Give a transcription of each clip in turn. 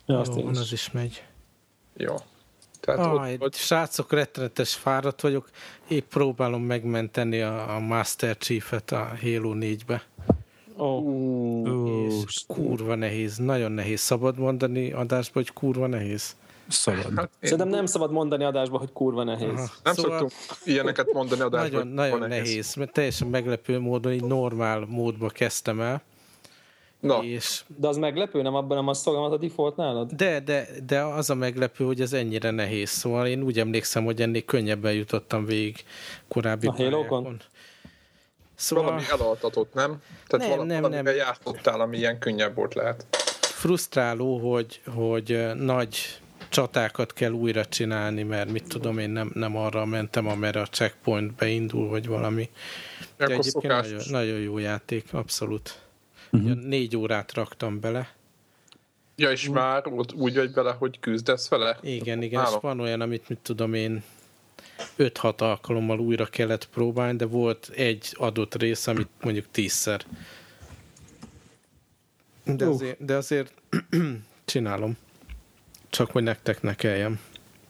Ja, jó, van, az is megy. Jó. Tehát srácok, rettenetes fáradt vagyok. Épp próbálom megmenteni a Master Chief-et a Halo 4-be. És kurva nehéz, nagyon nehéz. Szabad mondani adásba, hogy kurva nehéz? Szabad. Hát Szerintem nem szabad mondani adásba, hogy kurva nehéz. Aha. Nem szoktunk ilyeneket mondani adásba, nagyon nehéz, mert teljesen meglepő módon, így normál módba kezdtem el. Na. De az meglepő, nem abban a szolgálmat a default nálad? De az a meglepő, hogy ez ennyire nehéz. Szóval én úgy emlékszem, hogy ennél könnyebben jutottam végig korábbi pályákon. Szóval valami elaltatott, nem? Tehát valamivel játszottál, ami ilyen könnyebb volt lehet. Frusztráló, hogy nagy csatákat kell újra csinálni, mert mit tudom én, nem arra mentem, amerre a checkpoint beindul, vagy valami. De egyébként nagyon jó játék, abszolút. 4 órát raktam bele. Ja, és már úgy vagy bele, hogy küzdesz vele? Igen, és van olyan, amit mit tudom én 5-6 alkalommal újra kellett próbálni, de volt egy adott rész, amit mondjuk 10-szer. De azért csinálom. Csak hogy nektek ne kelljen.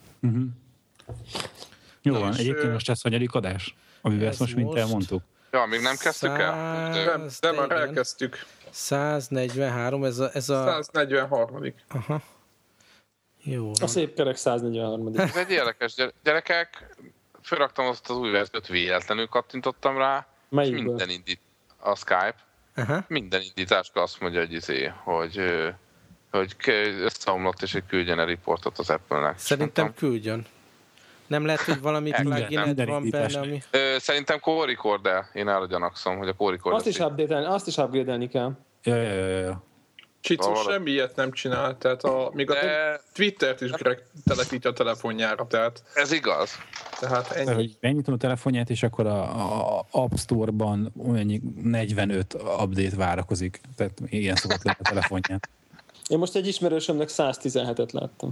Jó van, egyébként most ez hanyadik adás? Amivel ezt most mind elmondtuk. Ja, még nem kezdtük el? De már elkezdtük. 143, ez a... 143. Aha. Jó. A szép kerek 143. Ez egy érdekes, gyerekek, felraktam azt az új verziót, véletlenül kattintottam rá, és minden indít a Skype. Minden indításkor azt mondja, hogy összeomlott, és hogy küldjen el riportot az Apple-nek. Szerintem küldjön. Nem lehet, hogy valami plugin van benne, ami... Szerintem call recorder. Én arra gyanakszom, hogy a call recorder... Azt is upgrade-elni kell. Ja. Csicos semmi ilyet nem csinál, tehát még a Twittert is telepíti a telefonjára, tehát... Ez igaz. Tehát ennyi. Hogy megnyitom a telefonját, és akkor a App Store-ban olyan 45 update várakozik. Tehát ilyen szokott lenni a telefonját. Én most egy ismerősömnek 117-et láttam.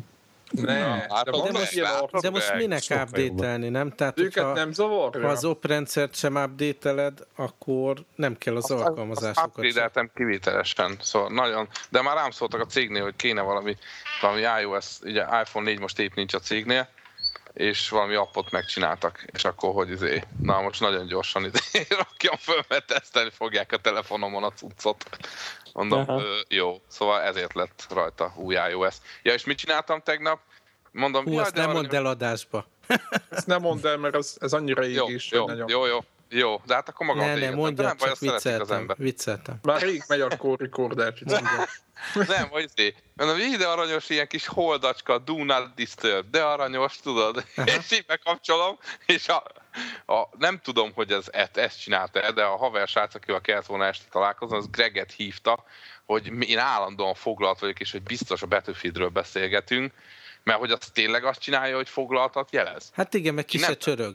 De most minek update-elni, nem? Tehát, őket nem zavarja. Ha az oprendszert sem update-eled, akkor nem kell az alkalmazásokat. Azt upgrade-eltem kivételesen, szóval nagyon, de már rám szóltak a cégnél, hogy kéne valami iOS, ugye iPhone 4 most épp nincs a cégnél, és valami appot megcsináltak, és akkor, hogy na most nagyon gyorsan rakjam föl, mert tesztelni fogják a telefonomon a cuccot. Mondom, jó, szóval ezért lett rajta új iOS. Ja, és mit csináltam tegnap? Mondom, azt nem mondd el adásba. Ezt nem mondd el, mert ez annyira ég is. Jó, de hát akkor magam Ne, mondjad, csak vicceltem. Már rég megy a call recorder. Nem, hogy mondom, ide aranyos ilyen kis holdacska, do not disturb, de aranyos, tudod? És így bekapcsolom, és nem tudom, hogy ezt csinálta, de a haver srác, akivel kellett volna este találkozni, az Greget hívta, hogy én állandóan foglalt vagyok, és hogy biztos a Battlefieldről beszélgetünk, mert hogy az tényleg azt csinálja, hogy foglaltat jelez. Hát igen, meg ki se csörög.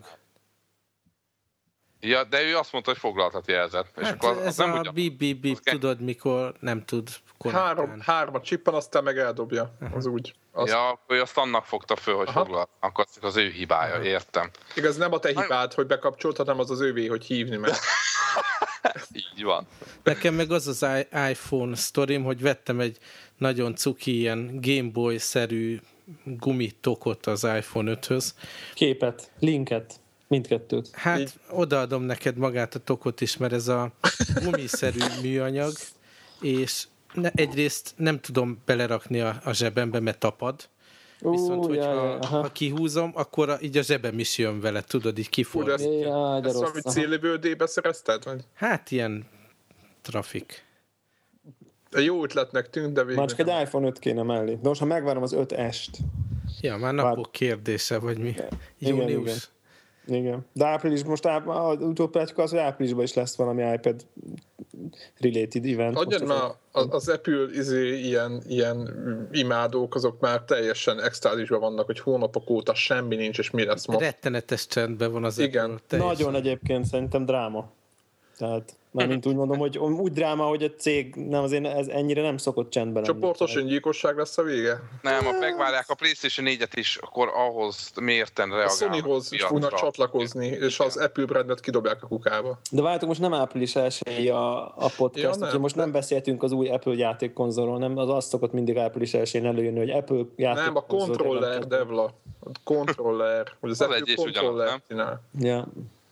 Ja, de ő azt mondta, hogy foglaltat jelzett. És hát akkor ez nem a bip, tudod, mikor nem tud konnektálni. Három a csippen, aztán meg eldobja. Az úgy. Ja, akkor azt annak fogta föl, hogy foglalt. Akkor az ő hibája, értem. Igaz, nem a te hibád, hogy bekapcsolt, hanem az ővé, hogy hívni meg. Így van. Nekem meg az iPhone sztorim, hogy vettem egy nagyon cuki ilyen Game Boy-szerű gumitokot az iPhone 5-höz. Képet, linket. Mindkettőt. Hát odaadom neked magát a tokot is, mert ez a gumiszerű műanyag, és egyrészt nem tudom belerakni a zsebembe, mert tapad. Viszont, hogyha ha kihúzom, akkor így a zsebem is jön vele, tudod, így kifordítja. Ezt valami célövődébe szerezted? Vagy? Hát ilyen trafik. Jó ötletnek tűnt, de végül. Már csak egy iPhone 5 kéne mellé. De most ha megvárom az 5S-t. Ja, már napok kérdése, vagy mi? Június. Igen. De április, most az utóplátyka az, hogy áprilisban is lesz valami iPad related event. Adjad már az Apple ilyen imádók, azok már teljesen extázisban vannak, hogy hónapok óta semmi nincs, és mi lesz ma. Rettenetes csendben van az igen. Apple. Nagyon egyébként, szerintem dráma. Tehát mármint úgy mondom, hogy úgy dráma, hogy a cég nem, azért ez ennyire nem szokott csendben lenni. Csoportos öngyilkosság lesz a vége? Nem, ha megvárják a PlayStation 4-et is, akkor ahhoz mérten reagálnak. A Sonyhoz fognak csatlakozni, és az Apple brandet kidobják a kukába. De várjátok, most nem április 1-i a podcast, úgyhogy most nem beszéltünk az új Apple játékkonzolról, nem, az szokott mindig április 1-én előjönni, hogy Apple játékkonzol. Nem, a controller, Devla. A controller, hogy az Apple controller csinál. Ja.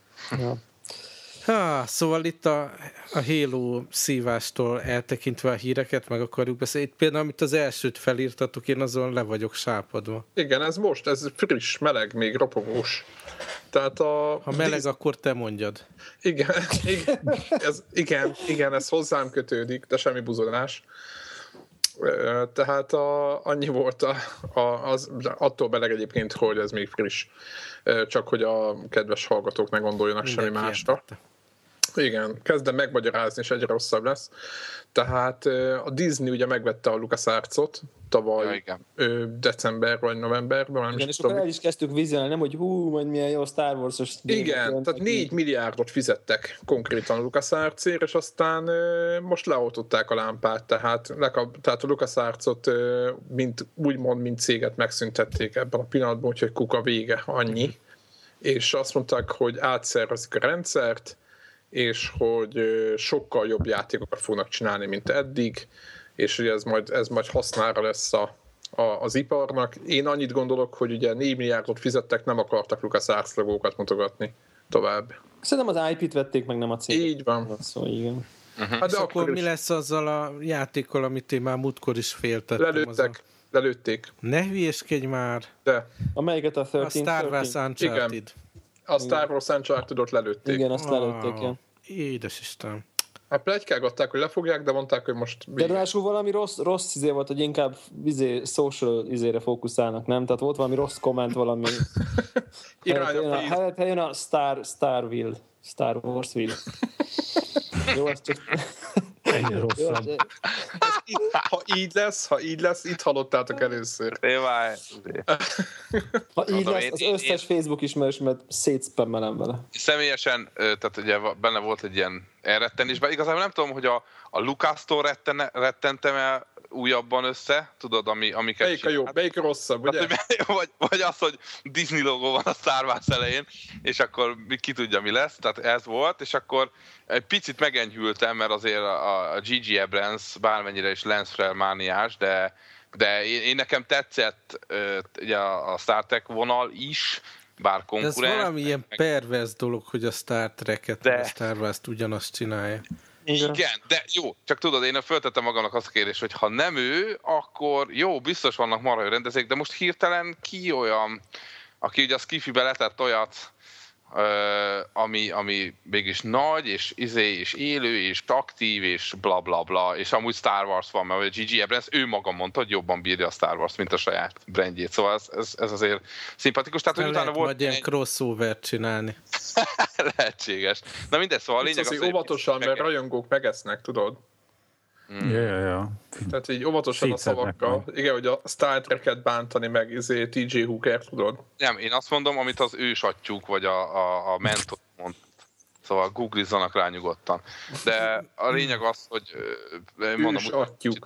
Szóval itt a Halo szívástól eltekintve a híreket meg akarjuk beszélni. Itt például, amit az elsőt felírtatok, én azon le vagyok sápadva. Igen, ez friss, meleg, még ropogós. Tehát ha meleg, akkor te mondjad. Igen, ez hozzám kötődik, de semmi buzolás. Tehát annyi volt attól meleg egyébként, hogy ez még friss. Csak hogy a kedves hallgatók ne gondoljanak semmi másra. Értette. Igen, kezdem megmagyarázni, és egyre rosszabb lesz. Tehát a Disney ugye megvette a LucasArts-ot tavaly december vagy novemberben. Igen, és akkor el is kezdtük vizionálni, nem, hogy majd milyen jó Star Wars-os... Igen, tehát 4 milliárdot fizettek konkrétan a LucasArts-ért, és aztán most leoltották a lámpát, tehát a LucasArts-ot mint céget megszüntették ebben a pillanatban, úgyhogy kuka vége, annyi. És azt mondták, hogy átszervezik a rendszert, és hogy sokkal jobb játékokat fognak csinálni, mint eddig, és hogy ez majd hasznára lesz az iparnak. Én annyit gondolok, hogy ugye 4 milliárdot fizettek, nem akartak LucasArts logókat mutogatni tovább. Szerintem az IP-t vették meg, nem a céget. Így van. Szóval igen. Hát de akkor mi lesz azzal a játékkal, amit én már múltkor is féltettem? Lelőtték. Ne hülyeskedj már! De. Amelyiket a 13? A Star Wars Uncharted. Igen. A Star Wars Uncharted-ot lelőtték. Igen, azt lelőtték, ja. Édes Isten. Hát pletykálgatták, hogy lefogják, de mondták, hogy most... De ráadásul valami rossz izé volt, hogy inkább social izére fókuszálnak, nem? Tehát volt valami rossz komment, valami... Jön a Starville. Star Warsville. Jó, az csak... Ennyi rosszabb. Ha így lesz, itt hallottátok először. Ha így lesz, az összes Facebook ismerősömet szétspammelem vele. Személyesen, tehát ugye benne volt egy ilyen elrettenésben. Igazából nem tudom, hogy a Lucas-tól rettentem el újabban össze, tudod, amiket... Melyik a jó, melyik a rosszabb, ugye? Vagy az, hogy Disney logó van a Star Wars elején, és akkor ki tudja, mi lesz, tehát ez volt, és akkor egy picit megenyhültem, mert azért a J.J. Abrams bármennyire is Lance mániás, de én nekem tetszett ugye a Star Trek vonal is, bár konkurens. De ez valami ilyen pervers dolog, hogy a Star Trek-et, a Star Wars-t ugyanazt csinálja. Igen, de jó, csak tudod, én föltettem magamnak azt a kérdést, hogy ha nem ő, akkor jó, biztos vannak marha rendezők, de most hirtelen ki olyan, aki ugye a Skiffy-be letett olyat, ami mégis nagy, és élő, és aktív, és bla bla bla, és amúgy Star Wars van, mert a J.J. Abrams, ő maga mondta, hogy jobban bírja a Star Wars, mint a saját brandjét, szóval ez azért szimpatikus. Tehát, hogy utána volt majd ilyen crossover-t csinálni. Lehetséges. Na mindegy, szóval a lényeg az, hogy óvatosan, mert rajongók megesznek, tudod? Ja. Tehát így óvatosan a szavakkal. Igen, hogy a Star Trek-et bántani, meg TJ Hooker, tudod? Nem, én azt mondom, amit az ősatyjuk, vagy a mentor mond. Szóval googlizzanak rá nyugodtan. De a lényeg az, hogy mondom... Ősatyjuk.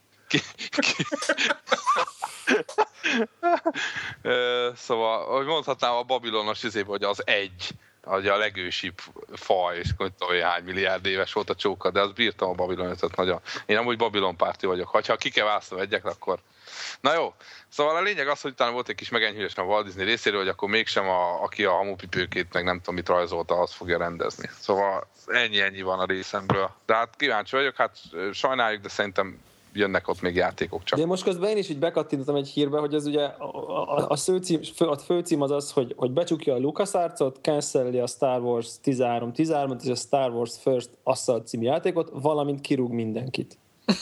Szóval, hogy mondhatnám a babilonos izébe, hogy az egy, a legősibb faj, és hogy hány milliárd éves volt a csóka, de azt bírtam a Babilon 5-öt nagyon. Én amúgy Babilon párti vagyok. Ha ki kell választani egyek, akkor... Na jó, szóval a lényeg az, hogy utána volt egy kis megenyhülés a Walt Disney részéről, hogy akkor mégsem aki a hamupipőkét, meg nem tudom mit rajzolta, az fogja rendezni. Szóval ennyi van a részemről. De hát kíváncsi vagyok, hát sajnáljuk, de szerintem jönnek ott még játékok csak. De most közben én is így bekattintottam egy hírbe, hogy ez ugye a főcím az, hogy becsukja a LucasArts-ot, cancel-li a Star Wars 13-13-at és a Star Wars First Assault című játékot, valamint kirúg mindenkit.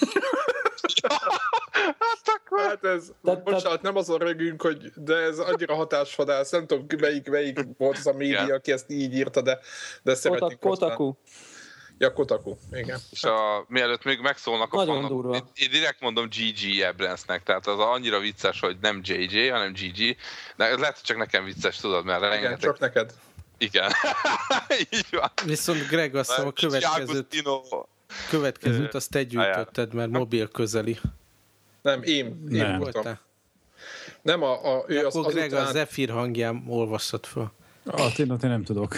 Hát ez, bocsánat, nem azon rögünk, de ez annyira hatásvadász, nem tudom melyik volt az a média, aki ezt így írta, de szeretnék. Kotaku. Ja, Kotaku, igen. És mielőtt még megszólnak a fanok, én direkt mondom J.J. Abramsnek, tehát az annyira vicces, hogy nem J.J., hanem G.G., de ez lehet, hogy csak nekem vicces, tudod, mert rengeteg... Igen, csak neked. Igen. Így van. Viszont Greg, azt hiszem a következőt azt te gyűjtötted, mert mobil közeli. Nem, én voltam. Nem, ő akkor Greg a Zephyr hangján olvassad fel. Én nem tudok.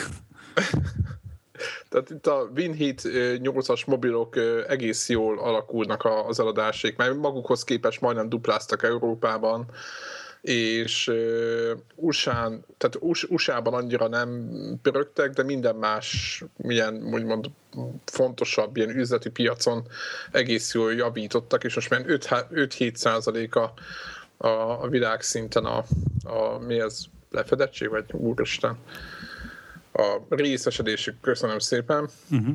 Tehát itt a Winheat 8-as mobilok egész jól alakulnak az eladásék, mert magukhoz képest majdnem dupláztak Európában, és USA-ban annyira nem pörögtek, de minden más milyen, úgymond fontosabb ilyen üzleti piacon egész jól javítottak, és most már 5-7% a világszinten mi ez, lefedettség, vagy úristen, a részesedésük, köszönöm szépen.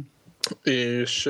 És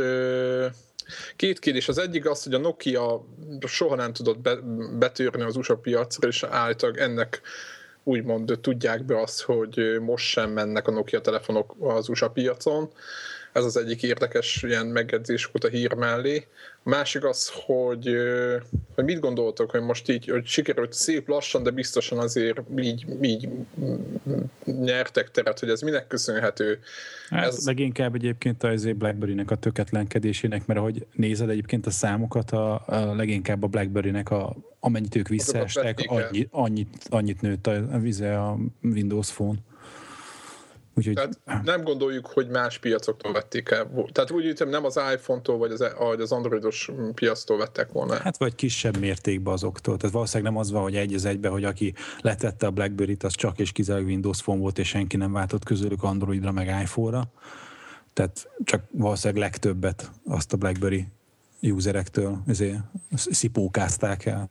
két kérdés. Az egyik az, hogy a Nokia soha nem tudott betörni az USA piacra, és állítólag ennek úgymond tudják be azt, hogy most sem mennek a Nokia telefonok az USA piacon. Ez az egyik érdekes ilyen megjegyzés volt a hír mellé. A másik az, hogy mit gondoltok, hogy most így, hogy sikerült szép lassan, de biztosan azért így nyertek teret, hogy ez minek köszönhető? Hát ez leginkább egyébként az BlackBerry-nek a tökéletlenkedésének, mert ahogy nézed egyébként a számokat, a leginkább a BlackBerry-nek amennyit ők visszaestek, annyit nőtt a Windows Phone. Úgyhogy... Tehát nem gondoljuk, hogy más piacoktól vették el. Tehát úgy jöttem, nem az iPhone-tól, vagy az androidos piactól vettek volna. Hát vagy kisebb mértékben azoktól. Tehát valószínűleg nem az van, hogy egy az egybe, hogy aki letette a BlackBerry-t, az csak és kizárólag Windows Phone volt, és senki nem váltott közülük Androidra, meg iPhone-ra. Tehát csak valószínűleg legtöbbet azt a BlackBerry userektől szipókázták el.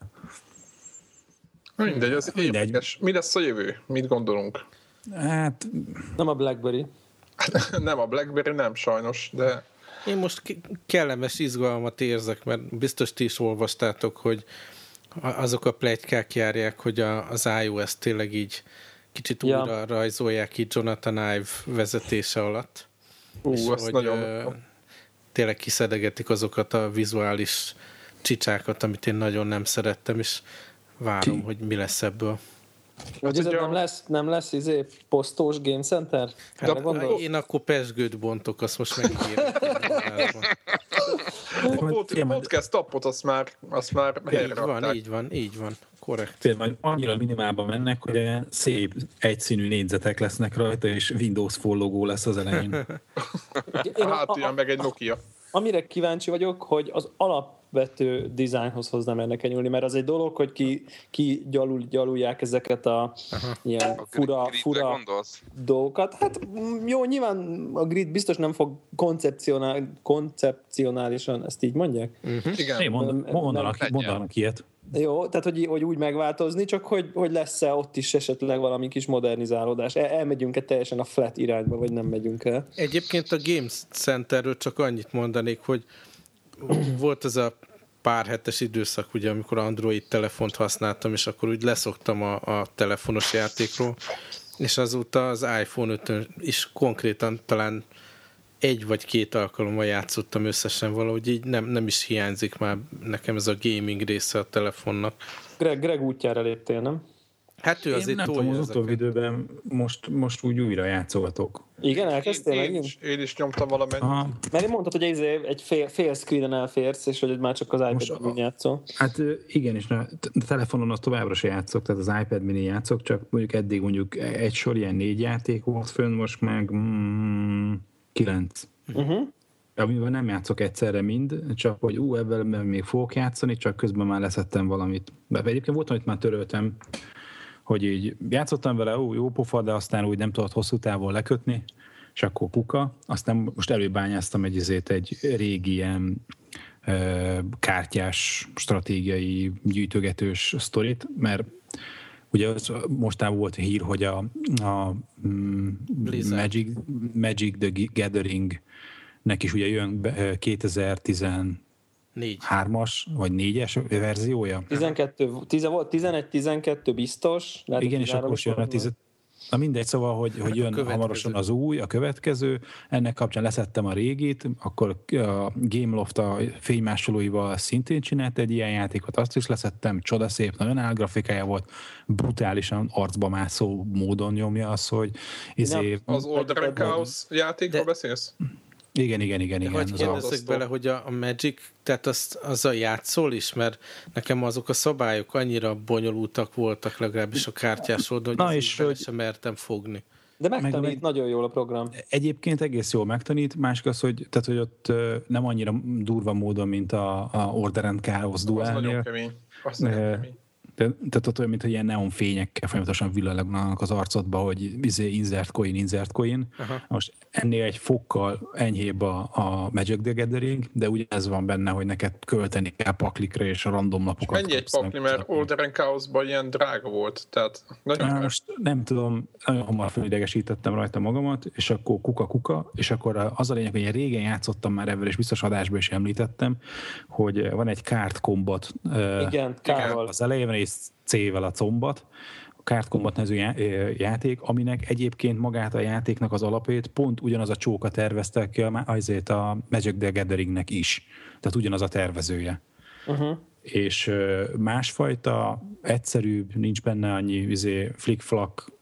Mindegy, az érdekes. Mi lesz a jövő? Mit gondolunk? Hát... Nem a BlackBerry. Nem a BlackBerry, nem sajnos, de... Én most kellemes izgalmat érzek, mert biztos ti is olvastátok, hogy azok a pletykák járják, hogy az iOS tényleg így kicsit újra rajzolják így Jonathan Ive vezetése alatt. És hogy nagyon... tényleg kiszedegetik azokat a vizuális csicsákat, amit én nagyon nem szerettem, és várom, hogy mi lesz ebből. Vagy ez nem lesz posztós Game Center? Hát, én akkor pezsgőt bontok, azt most megírom. A podcast appot azt már helyre rakták. Így van, korrekt. Például annyira minimálban mennek, hogy szép egyszínű négyzetek lesznek rajta, és Windows Phone logó lesz az elején. Hátulja meg egy Nokia. Amire kíváncsi vagyok, hogy az alapvető dizájnhoz hozzá mernek nyúlni, mert az egy dolog, hogy ki gyalulják ezeket a ilyen fura dolgokat. Hát jó, nyilván a grid biztos nem fog koncepcionálisan, ezt így mondják? Igen. Mondanak ilyet. Jó, tehát hogy úgy megváltozni, csak hogy lesz-e ott is esetleg valami kis modernizálódás. Elmegyünk-e teljesen a flat irányba, vagy nem megyünk el? Egyébként a Games Centerről csak annyit mondanék, hogy volt ez a pár hetes időszak, ugye, amikor Android telefont használtam, és akkor úgy leszoktam a telefonos játékról, és azóta az iPhone 5-ön is konkrétan talán 1 vagy 2 alkalommal játszottam összesen valahogy, így nem is hiányzik már nekem ez a gaming része a telefonnak. Greg útjára léptél, nem? Hát ő azért tolja az utóbbi időben most úgy újra játszogatok. Igen, elkezdtél megint? Én is nyomtam valamennyit. Mert én mondtad, hogy egy fél screenen elférsz, és hogy már csak az iPad mini játszol. Hát igen, és a telefonon az továbbra se játszok, tehát az iPad mini játszok, csak mondjuk egy sor ilyen 4 játék volt fönn, most meg 9. Amivel nem játszok egyszerre mind, csak hogy ebben még fogok játszani, csak közben már leszettem valamit. De egyébként volt, amit már töröltem, hogy így játszottam vele, jó pofa, de aztán úgy nem tudott hosszú távon lekötni, és akkor kuka. Aztán most előbányáztam egy régi ilyen kártyás, stratégiai, gyűjtögetős sztorit, mert ugye mostában volt a hír, hogy a Magic the Gathering nek is ugye jön 2013-as vagy 4-es verziója. 11-12 biztos. Igen, és akkor jön a Na mindegy, szóval, hogy jön hamarosan az új, a következő, ennek kapcsán leszettem a régit, akkor a Gameloft a fénymásolóival szintén csinált egy ilyen játékot, azt is leszettem, csodaszép, nagyon álgrafikája volt, brutálisan arcba mászó módon nyomja az, hogy az Order and Chaos játékról beszélsz? Igen. Hogy kérdezzek bele, hogy a Magic, tehát azzal játszol is, mert nekem azok a szabályok annyira bonyolultak voltak, legalábbis a kártyás oldalon, hogy sem mertem fogni. De megtanít nagyon jól a program. Egyébként egész jól megtanít, másik az, hogy ott nem annyira durva módon, mint a Order and Chaos Duelnél. Az nagyon kemény. Tehát ott olyan, mintha ilyen neonfényekkel folyamatosan villognak az arcodba, hogy insert coin. Most ennél egy fokkal enyhébb a Magic the Gathering, de ugye ez van benne, hogy neked költeni kell paklikra és a random lapokat. És mennyi egy pakli, mert Order and Chaosban ilyen drága volt, tehát nagyon most nem tudom, nagyon hamar felidegesítettem rajta magamat, és akkor kuka, és akkor az a lényeg, hogy én régen játszottam már ebben, és biztos adásban is említettem, hogy van egy card combat. Igen, az elején van, és C-vel a combat, a Card Combat nevű játék, aminek egyébként magát a játéknak az alapját pont ugyanaz a csóka tervezte ki azért a Magic the Gatheringnek is. Tehát ugyanaz a tervezője. És másfajta, egyszerűbb, nincs benne annyi flick-flack,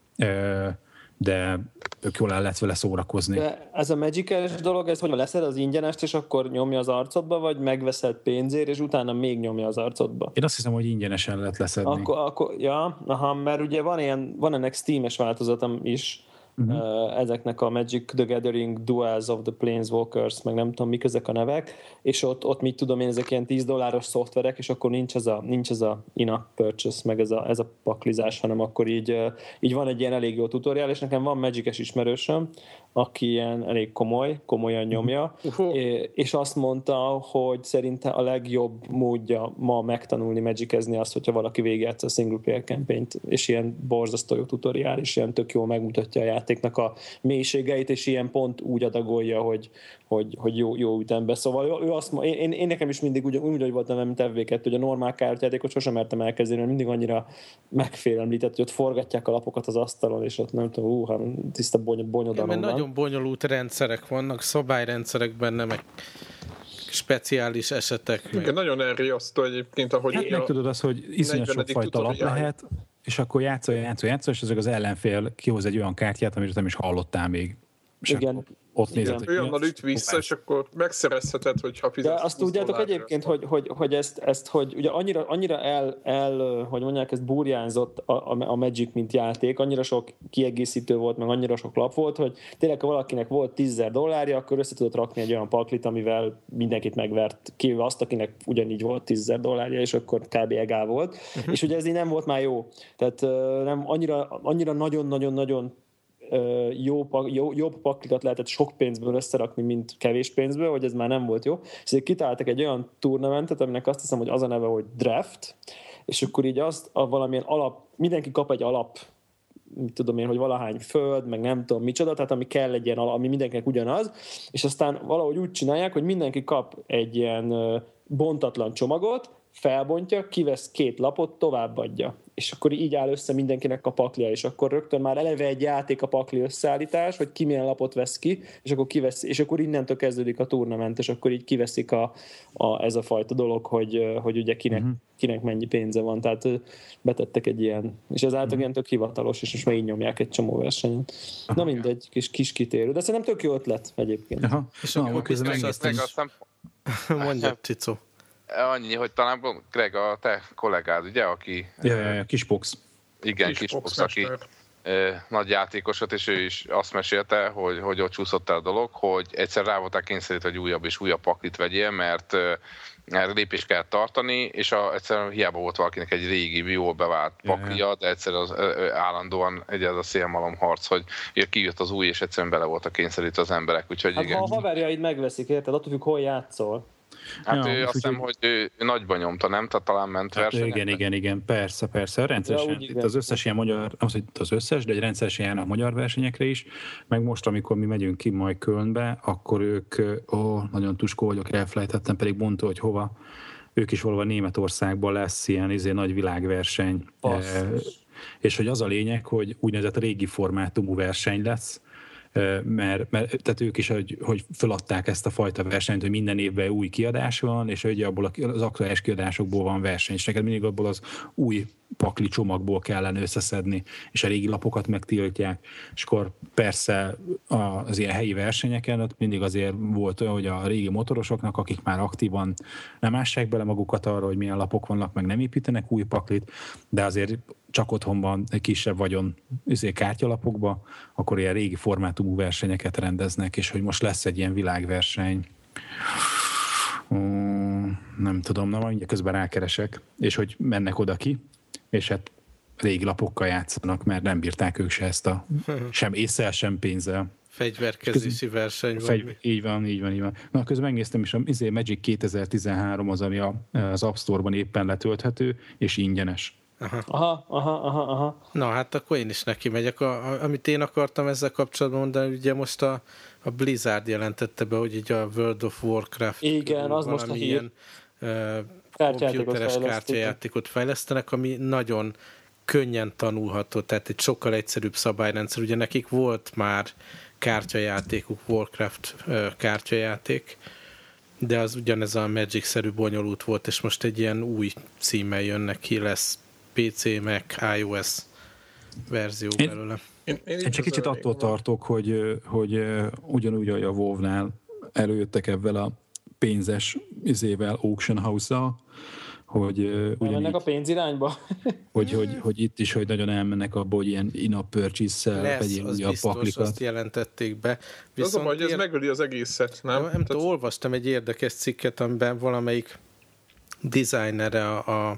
de tök jól el lehet vele szórakozni. De ez a Magic-es dolog, ez hogy leszed az ingyenest, és akkor nyomja az arcodba, vagy megveszed pénzért, és utána még nyomja az arcodba? Én azt hiszem, hogy ingyenesen lehet leszedni. Mert ugye van ennek Steam-es változatom is, ezeknek a Magic the Gathering Duels of the Planeswalkers, meg nem tudom, mik ezek a nevek, és ott mit tudom én, ezek ilyen $10 szoftverek, és akkor nincs ez a in-app purchase, meg ez a paklizás, hanem akkor így van egy ilyen elég jó tutoriál, és nekem van Magic-es ismerősöm, aki ilyen elég komolyan nyomja, és azt mondta, hogy szerinte a legjobb módja ma megtanulni Magic-ezni azt, hogyha valaki végigjátsza a single player campaignt, és ilyen borzasztó jó tutoriál, és ilyen tök jól megmutatja a játéknak a mélységeit, és ilyen pont úgy adagolja, hogy jó ütembe. Szóval ő azt én nekem is mindig úgy voltam, mint FV2, hogy a normál kártyátékot sosem mertem elkezdeni, mert mindig annyira megfélemlített, hogy ott forgatják a lapokat az asztalon, és ott nem tudom, tiszta bonyodalom van. Nagyon bonyolult rendszerek vannak, szabályrendszerekben, nem egy speciális esetek. Igen, nagyon elriasztó egyébként, ahogy... Hát megtudod azt, hogy iszonyat sokfajta lap lehet, és akkor játszol, és ezek az ellenfél kihoz egy olyan kártyát, amiről nem is hallottál még. És igen. Ott nézed, olyannal üt vissza, és akkor megszerezheted, hogyha fizetsz. De azt tudjátok egyébként, hogy ezt hogy ugye annyira hogy mondják, ezt burjánzott a Magic, mint játék, annyira sok kiegészítő volt, meg annyira sok lap volt, hogy tényleg, ha valakinek volt $10,000, akkor össze tudott rakni egy olyan paklit, amivel mindenkit megvert, kivéve azt, akinek ugyanígy volt $10,000, és akkor kb. Egál volt. És ugye ez így nem volt már jó. Tehát nem annyira nagyon-nagyon-nagyon jobb paklikat lehetett sok pénzből összerakni, mint kevés pénzből, hogy ez már nem volt jó. És így kitaláltak egy olyan turnamentet, aminek azt hiszem, hogy az a neve, hogy draft, és akkor így valamilyen mindenki kap egy alap, mit tudom én, hogy valahány föld, meg nem tudom micsoda, tehát ami kell egy ilyen ami mindenkinek ugyanaz, és aztán valahogy úgy csinálják, hogy mindenki kap egy ilyen bontatlan csomagot, felbontja, kivesz 2 lapot, továbbadja. És akkor így áll össze mindenkinek a paklia, és akkor rögtön már eleve egy játék a pakli összeállítás, hogy ki milyen lapot vesz ki, és akkor kivesz, és akkor innentől kezdődik a turnament, és akkor így kiveszik ez a fajta dolog, hogy ugye kinek mennyi pénze van. Tehát betettek egy ilyen, és ez általában ilyen tök hivatalos, és most már így nyomják egy csomó versenyen. Na mindegy, kis kitérő. De szerintem tök jó ötlet egyébként. És akkor biztos azt is mondja, Cicó. Annyi, hogy talán Greg, a te kollégád, ugye, aki... Kispox. Igen, Kispox, aki nagy játékosat, és ő is azt mesélte, hogy ott csúszott el a dolog, hogy egyszer rá voltál kényszerít, hogy újabb és újabb paklit vegyél, mert lépést kell tartani, és egyszerűen hiába volt valakinek egy régi, jól bevált paklia, de egyszerűen állandóan ez a szélmalom harc, hogy kijött az új, és egyszerűen bele voltak kényszerítve az emberek. Úgyhogy hát igen. Ha a haverjaid megveszik, érted? Attól függ, hol játszol. Hát ő azt hiszem, hogy ő nagyban nyomta, nem? Tehát talán ment versenyekben. Igen, persze. Rendszeresen. Itt az összes ilyen magyar, az összes, de egy rendszeresen járnak magyar versenyekre is, meg most, amikor mi megyünk ki majd Kölnbe, akkor ők, nagyon tuskó vagyok, elfelejtettem, pedig mondta, hogy hova. ők is valahol Németországban lesz ilyen nagy világverseny. És hogy az a lényeg, hogy úgynevezett régi formátumú verseny lesz, mert tehát ők is, hogy feladták ezt a fajta versenyt, hogy minden évben új kiadás van, és hogy abból az aktuális kiadásokból van verseny, és neked mindig abból az új pakli csomagból kellene összeszedni, és a régi lapokat megtiltják, és akkor persze az ilyen helyi versenyeken ott mindig azért volt olyan, hogy a régi motorosoknak, akik már aktívan nem ássák bele magukat arra, hogy milyen lapok vannak, meg nem építenek új paklit, de azért csak otthonban egy kisebb vagyon kártyalapokba, akkor ilyen régi formátumú versenyeket rendeznek, és hogy most lesz egy ilyen világverseny. Nem tudom, mindjárt közben rákeresek, és hogy mennek oda ki, és hát régi lapokkal játszanak, mert nem bírták ők se ezt sem ésszel, sem pénzzel. Fegyverkezési verseny van. Így van. Na, közben megnéztem is, a Magic 2013 az, ami az App Store-ban éppen letölthető, és ingyenes. Aha. Na, hát akkor én is neki megyek. Amit én akartam ezzel kapcsolatban mondani, ugye most a Blizzard jelentette be, hogy így a World of Warcraft igen, az most a hír. Komputeres kártyajátékot fejlesztenek, ami nagyon könnyen tanulható, tehát egy sokkal egyszerűbb szabályrendszer. Ugye nekik volt már kártyajátékuk, Warcraft kártyajáték, de az ugyanez a Magic-szerű bonyolult volt, és most egy ilyen új címmel jönnek ki, lesz PC, Mac, iOS verzió belőle. Én csak kicsit attól tartok, hogy ugyanúgy a WoW-nál előjöttek ebben a pénzes Auction House-zal, hogy mennek a pénzirányba. hogy itt is, hogy nagyon elmennek abba, hogy ilyen in-app purchase-szel vegyél újabb paklikat. Azt jelentették be. Az a baj, hogy ez megöli az egészet, nem? Nem tudom, olvastam egy érdekes cikket, amiben valamelyik designere a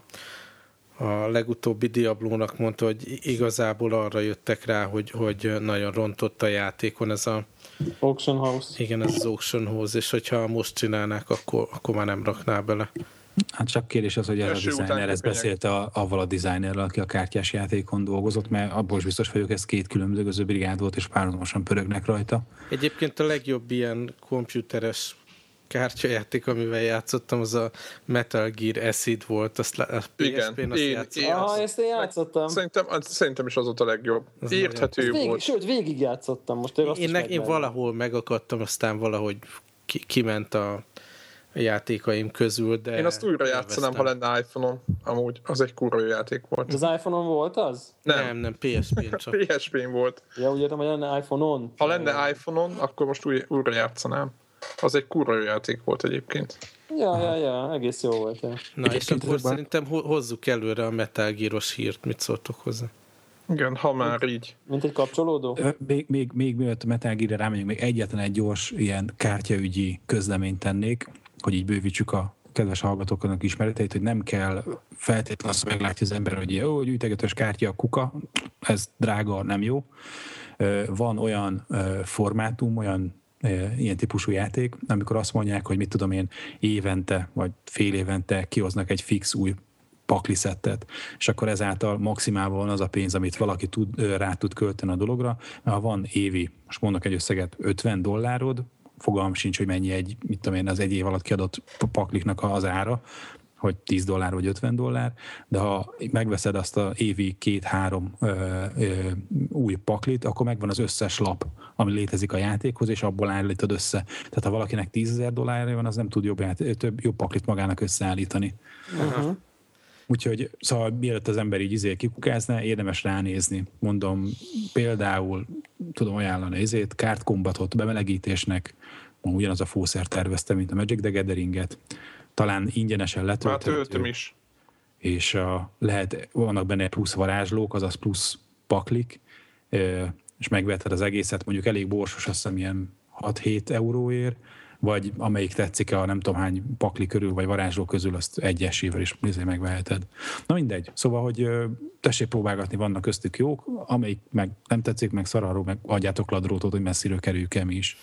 legutóbbi Diablónak mondta, hogy igazából arra jöttek rá, hogy nagyon rontott a játékon ez a Auction House. Igen, ez az Auction House, és hogyha most csinálnák, akkor már nem rakná bele. Hát csak kérdés az, hogy ez a designer, ez beszélt avval a designerrel, aki a kártyás játékon dolgozott, mert abból is biztos vagyok, ez két különböző brigád volt, és párhuzamosan pörögnek rajta. Egyébként a legjobb ilyen komputeres kártyajáték, amivel játszottam, az a Metal Gear Acid volt, azt a PSP-n játszottam. Ezt én játszottam. Szerintem is az volt a legjobb. Az érthető volt. Sőt, végig játszottam. Most én valahol megakadtam, aztán valahogy kiment a játékaim közül, de... Én azt újra játszanám, ha lenne iPhone-on. Amúgy az egy kurva jó játék volt. Az iPhone-on volt az? Nem, PSP-n csak. PSP-n volt. Ja, úgy értem, hogy lenne iPhone-on. Ha lenne iPhone-on, akkor most újra játszanám. Az egy kurva jó játék volt egyébként. Ja, egész jó volt. Ja. Na, és akkor szerintem hozzuk előre a Metal Gear-os hírt. Mit szóltok hozzá? Igen, ha már így. Mint egy kapcsolódó? Még mielőtt a Metal Gear-re rámegyünk, még egyetlen egy gyors ilyen kártyaügyi közleményt tennék, hogy így bővítsük a kedves hallgatóknak ismereteit, hogy nem kell feltétlenül azt meglátni az ember, hogy jó, gyűjtegetős kártya a kuka, ez drága, nem jó. Van olyan formátum, olyan ilyen típusú játék, amikor azt mondják, hogy mit tudom én, évente vagy fél évente kihoznak egy fix új pakliszettet, és akkor ezáltal maximálban van az a pénz, amit valaki rá tud költeni a dologra, mert ha van évi, most mondok egy összeget, $50, fogalmam sincs, hogy mennyi mit tudom én, az egy év alatt kiadott pakliknak az ára, hogy $10 vagy $50, de ha megveszed azt a évi 2-3 új paklit, akkor megvan az összes lap, ami létezik a játékhoz, és abból állítod össze. Tehát ha valakinek $10,000 van, az nem tud jobb paklit magának összeállítani. Uh-huh. Úgyhogy szóval mielőtt az ember így kikukázna, érdemes ránézni. Mondom, például tudom ajánlani Card Combatot bemelegítésnek, ugyanaz a fószer tervezte, mint a Magic the Gathering-et. Talán ingyenesen letölthető. Már töltöm is. És vannak benne plusz varázslók, azaz plusz paklik, és megvetted az egészet, mondjuk elég borsos, azt hiszem ilyen 6-7 euróért, vagy amelyik tetszik a nem tudom hány pakli körül, vagy varázsló közül, azt egyesével is megveheted. Na mindegy. Szóval, hogy tessék próbálgatni, vannak köztük jók, amelyik meg nem tetszik, meg szararról, meg adjátok ladrótot, hogy messziről kerüljük el mi is.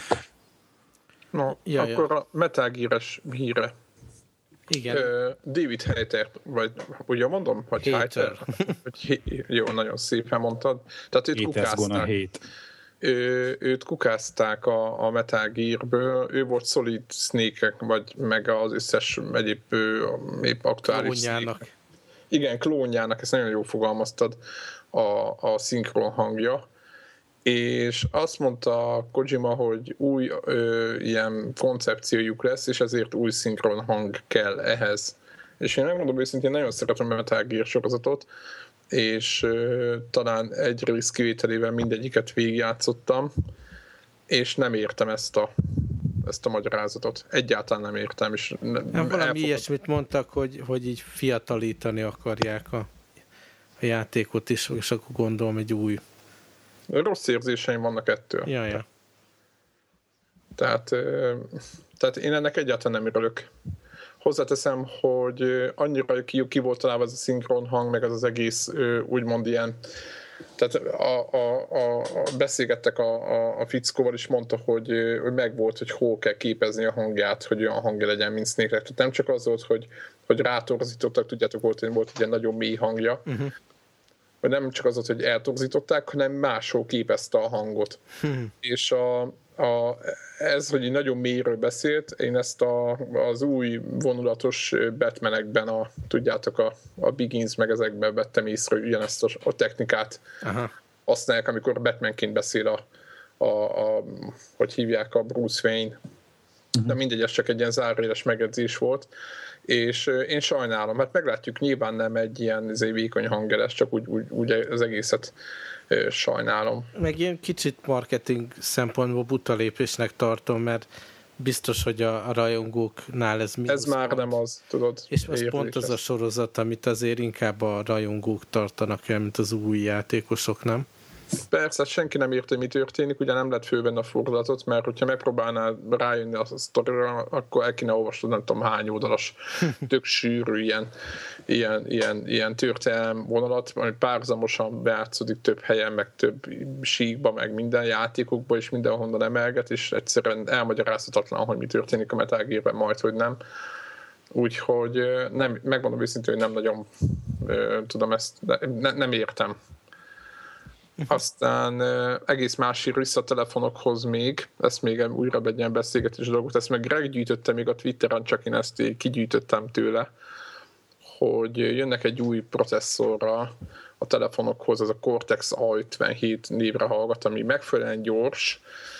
No, akkor a Metal Gear-es híre. Igen. David Hayter, vagy ugye mondom, hogy Hayter? Jó, nagyon szépen mondtad. Tehát őt kukázták. őt kukázták a Metal Gearből, ő volt Solid Snake-ek, vagy meg az összes egyéb épp aktuális Snake. Igen, klónjának, ezt nagyon jól fogalmaztad, a szinkron hangja. És azt mondta Kojima, hogy új ilyen koncepciójuk lesz, és ezért új szinkron hang kell ehhez. És én megmondom őszintén, nagyon szeretem a Metal Gear sorozatot, és talán egy rész kivételével mindegyiket végigjátszottam, és nem értem ezt a magyarázatot. Egyáltalán nem értem. És valami ilyesmit mondtak, hogy így fiatalítani akarják a játékot is, és akkor gondolom egy új... Rossz érzéseim vannak ettől. Ja. Tehát én ennek egyáltalán nem örülök. Hozzáteszem, hogy annyira ki volt találva ez a szinkron hang, meg az egész úgymond ilyen, tehát beszélgettek a fickóval, is mondta, hogy megvolt, hogy hol kell képezni a hangját, hogy olyan hangja legyen, mint Snake-nek. Tehát nem csak az volt, hogy rátorzítottak, tudjátok, volt egy ilyen nagyon mély hangja, vagy nem csak az volt, hogy eltorzították, hanem máshol képezte a hangot. És ez, hogy nagyon mélyről beszélt, én ezt az új vonulatos Batmanekben, tudjátok, a Begins meg ezekben vettem észre, hogy ugyanezt a technikát használják, amikor Batmanként beszél hogy hívják, a Bruce Wayne. De mindegy, ez csak egy ilyen zárójeles megjegyzés volt. És én sajnálom, hát meglátjuk, nyilván nem egy ilyen vékony hangeres, csak úgy az egészet sajnálom. Meg ilyen kicsit marketing szempontból buta lépésnek tartom, mert biztos, hogy a rajongóknál ez mínusz. Ez már pont. Nem az, tudod. És az pont az a sorozat, amit azért inkább a rajongók tartanak el, mint az új játékosok, nem? Persze, senki nem érti, mi történik, ugye nem lett főben a fordulatot, mert hogyha megpróbálnál rájönni a sztorira, akkor el kéne olvasod, nem tudom hány oldalas, tök sűrű ilyen történelem vonalat, ami párhuzamosan bejátszódik több helyen, meg több síkba, meg minden játékokba, és mindenhonnan emelget, és egyszerűen elmagyarázhatatlan, hogy mi történik a Metal Gearben, majd, hogy nem. Úgyhogy megmondom őszintén, hogy nem nagyon tudom ezt, nem értem. Aztán egész más visszatelefonokhoz még, ezt még újra egy ilyen beszélgetés dolgot, ezt meg Greg gyűjtötte még a Twitteren, csak én ezt kigyűjtöttem tőle, hogy jönnek egy új processzorra a telefonokhoz, az a Cortex A57 névre hallgat, ami megfelelően gyors,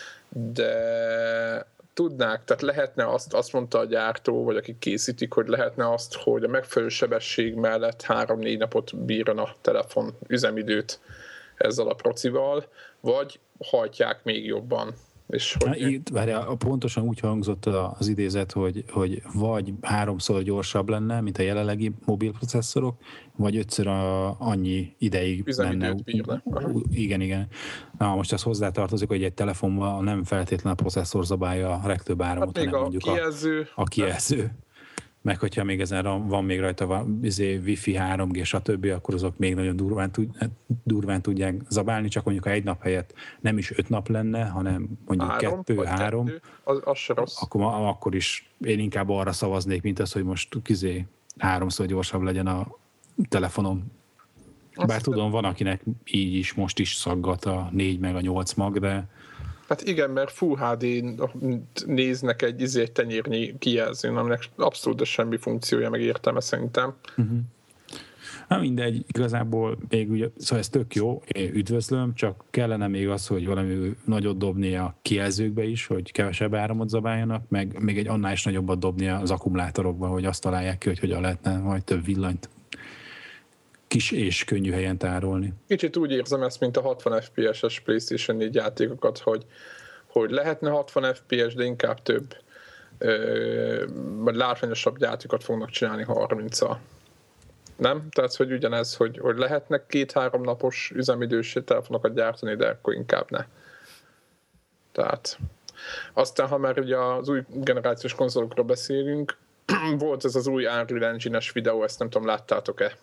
de tudnák, tehát lehetne azt mondta a gyártó, vagy akik készítik, hogy lehetne azt, hogy a megfelelő sebesség mellett 3-4 napot bírjon a telefon üzemidőt ezzel a procival, vagy hajtják még jobban. És hogy... Pontosan úgy hangzott az idézet, hogy vagy 3-szor gyorsabb lenne, mint a jelenlegi mobil processzorok, vagy 5-ször annyi ideig lenne. Igen. Na, most ez hozzátartozik, hogy egy telefonban nem feltétlenül a processzor zabálja a legtöbb áramot, hanem mondjuk a kijelző. Meg hogyha még ezen van még rajta Wi-Fi, 3G, stb., akkor azok még nagyon durván tudják zabálni, csak mondjuk ha egy nap helyett nem is 5 nap lenne, hanem mondjuk 2-3, az se rossz. Akkor is én inkább arra szavaznék, mint az, hogy most 3-szor gyorsabb legyen a telefonom. Bár tudom, van akinek így is most is szaggat a 4 meg a 8 mag, de hát igen, mert Full HD-n néznek egy tenyérnyi kijelzőn, aminek abszolút semmi funkciója, meg értelme szerintem. Na mindegy, igazából még ugye, szóval ez tök jó, én üdvözlöm, csak kellene még az, hogy valami nagyot dobni a kijelzőkbe is, hogy kevesebb áramot zabáljanak, meg még egy annál is nagyobbat dobni az akkumulátorokba, hogy azt találják ki, hogy hogyan lehetne majd több villanyt kis és könnyű helyen tárolni. Kicsit úgy érzem ezt, mint a 60 FPS-es PlayStation 4 játékokat, hogy lehetne 60 FPS, de inkább több vagy látványosabb játékokat fognak csinálni 30-al. Nem? Tehát, hogy ugyanez, hogy lehetnek 2-3 napos üzemidős telefonokat gyártani, de akkor inkább ne. Tehát aztán, ha már ugye az új generációs konzolokról beszélünk, volt ez az új Unreal Engine-es videó, ezt nem tudom, láttátok-e?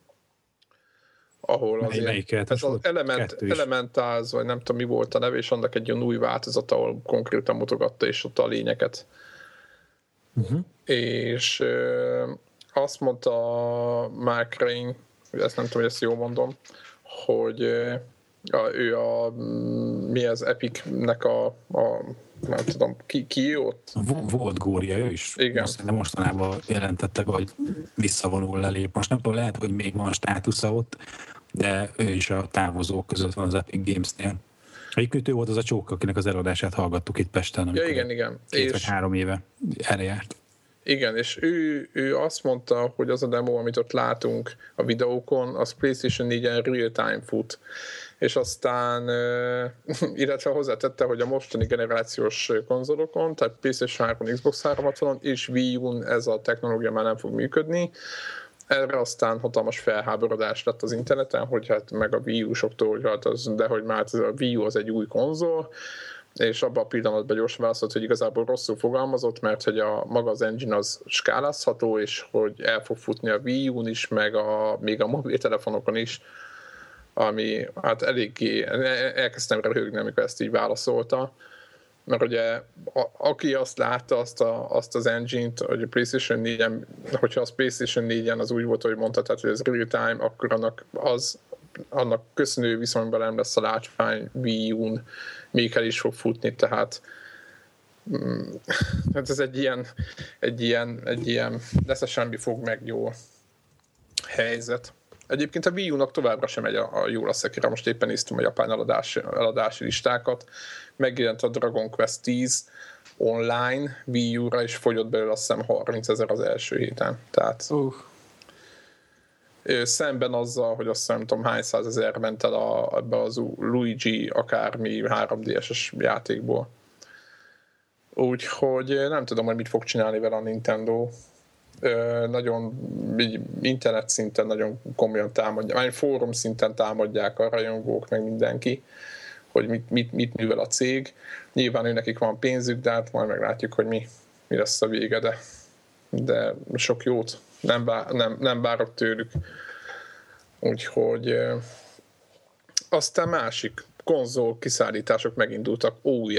Ahol melyiket? Ez az Elementals, vagy nem tudom mi volt a neve, és annak egy olyan új változat, ahol konkrétan mutogatta és ott a lényeket. És azt mondta Mark Rain, ezt nem tudom, hogy ezt jól mondom, hogy Mi az Epicnek nem tudom, ki ott? Volt Gória, ő is. Igen. De mostanában jelentettek, hogy visszavonul, lelép. Most nem tudom, lehet, hogy még van státusza ott, de ő is a távozók között van az Epic Games-nél. Egyébként ő volt az a csók, akinek az előadását hallgattuk itt Pesten, amikor igen. 2 vagy 3 éve erre járt. Igen, és ő azt mondta, hogy az a demo, amit ott látunk a videókon, az PlayStation 4-en real-time fut. És aztán, illetve hozzátette, hogy a mostani generációs konzolokon, tehát PlayStation 3, Xbox 360-on és Wii U-n ez a technológia már nem fog működni. Erre aztán hatalmas felháborodás lett az interneten, hogy hát meg a Wii U-soktól, hogy hát de hogy már ez a Wii U az egy új konzol, és abban a pillanatban gyorsan válaszolt, hogy igazából rosszul fogalmazott, mert hogy maga az engine az skálázható, és hogy el fog futni a Wii U-n is, meg még a mobiltelefonokon is, ami hát eléggé elkezdtem röhögni, amikor ezt így válaszolta, mert ugye aki azt látta, azt az engine-t, hogy a PlayStation 4-en, hogyha az PlayStation 4-en az úgy volt, hogy mondta, tehát, hogy ez real time, akkor annak köszönő viszonyban nem lesz a látvány Wii U-n, még el is fog futni, tehát ez egy ilyen lesz semmi fog meg jó helyzet. Egyébként a Wii U-nak továbbra sem megy jól a szekére. Most éppen néztem a japán eladási listákat. Megjelent a Dragon Quest 10 online Wii U-ra, és fogyott belőle azt hiszem 30 000 az első héten. Tehát szemben azzal, hogy azt hiszem, nem tudom hány 100 000 ment el ebbe az Luigi akármi 3DS-es játékból. Úgyhogy nem tudom, hogy mit fog csinálni vele a Nintendo. Nagyon internet szinten nagyon komolyan támadják, már fórum szinten támadják a rajongók, meg mindenki, hogy mit művel a cég. Nyilván nekik van pénzük, de hát majd meglátjuk, hogy mi lesz a vége, de sok jót nem várok tőlük. Úgyhogy aztán másik konzol kiszállítások megindultak,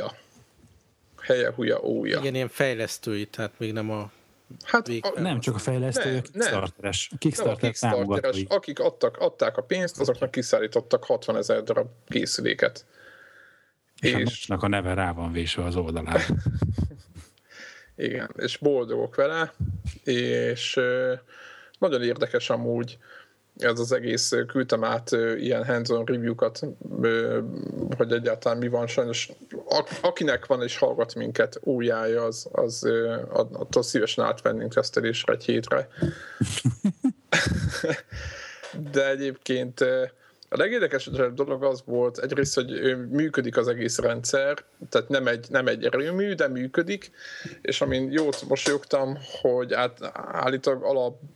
ója. Igen, ilyen fejlesztői, tehát még nem a nem csak a fejlesztői, a Kickstarter támogatói. Akik adták a pénzt, azoknak kiszállítottak 60 000 darab készüléket. És a neve rá van vésve az oldalán. Igen, és boldogok vele, és nagyon érdekes amúgy ez az egész, küldtem át ilyen hands-on review-kat, hogy egyáltalán mi van. Sajnos akinek van és hallgat minket ójája, az attól szívesen átvennénk tesztelésre egy hétre. De egyébként a legérdekesebb dolog az volt egyrészt, hogy működik az egész rendszer, tehát nem egy erőmű, de működik, és amin jót mosolyogtam, hogy állítólag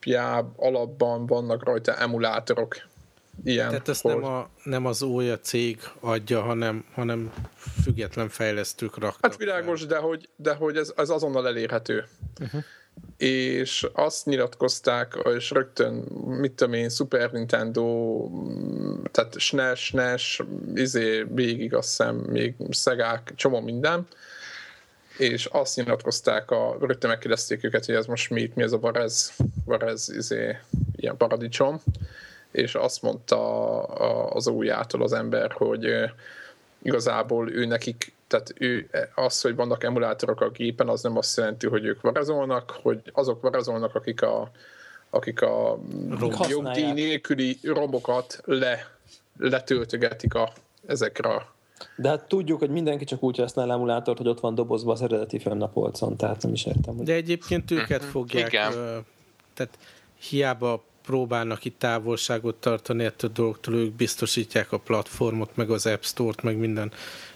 alapban vannak rajta emulátorok. Ilyen, tehát ezt nem az Ója cég adja, hanem független fejlesztők raktak. Hát világos, de hogy ez azonnal elérhető. Uh-huh. És azt nyilatkozták, és rögtön, mit tudom én, Super Nintendo, tehát SNES, végig azt hiszem, még Szegák, csomó minden, és azt nyilatkozták, rögtön megkérdezték őket, hogy ez most mi ez a Varez ilyen paradicsom, és azt mondta az ójától az ember, hogy igazából ő nekik, tehát az, hogy vannak emulátorok a gépen, az nem azt jelenti, hogy ők varázolnak, hogy azok varázolnak, akik a jogdíj nélküli robokat letöltögetik ezekre. De hát tudjuk, hogy mindenki csak úgy használ emulátort, hogy ott van dobozva az eredeti fönn a polcon, tehát nem is értem. Hogy... De egyébként őket fogják, tehát hiába próbálnak itt távolságot tartani ettől a dolgoktól, ők biztosítják a platformot, meg az App Store-t, meg minden,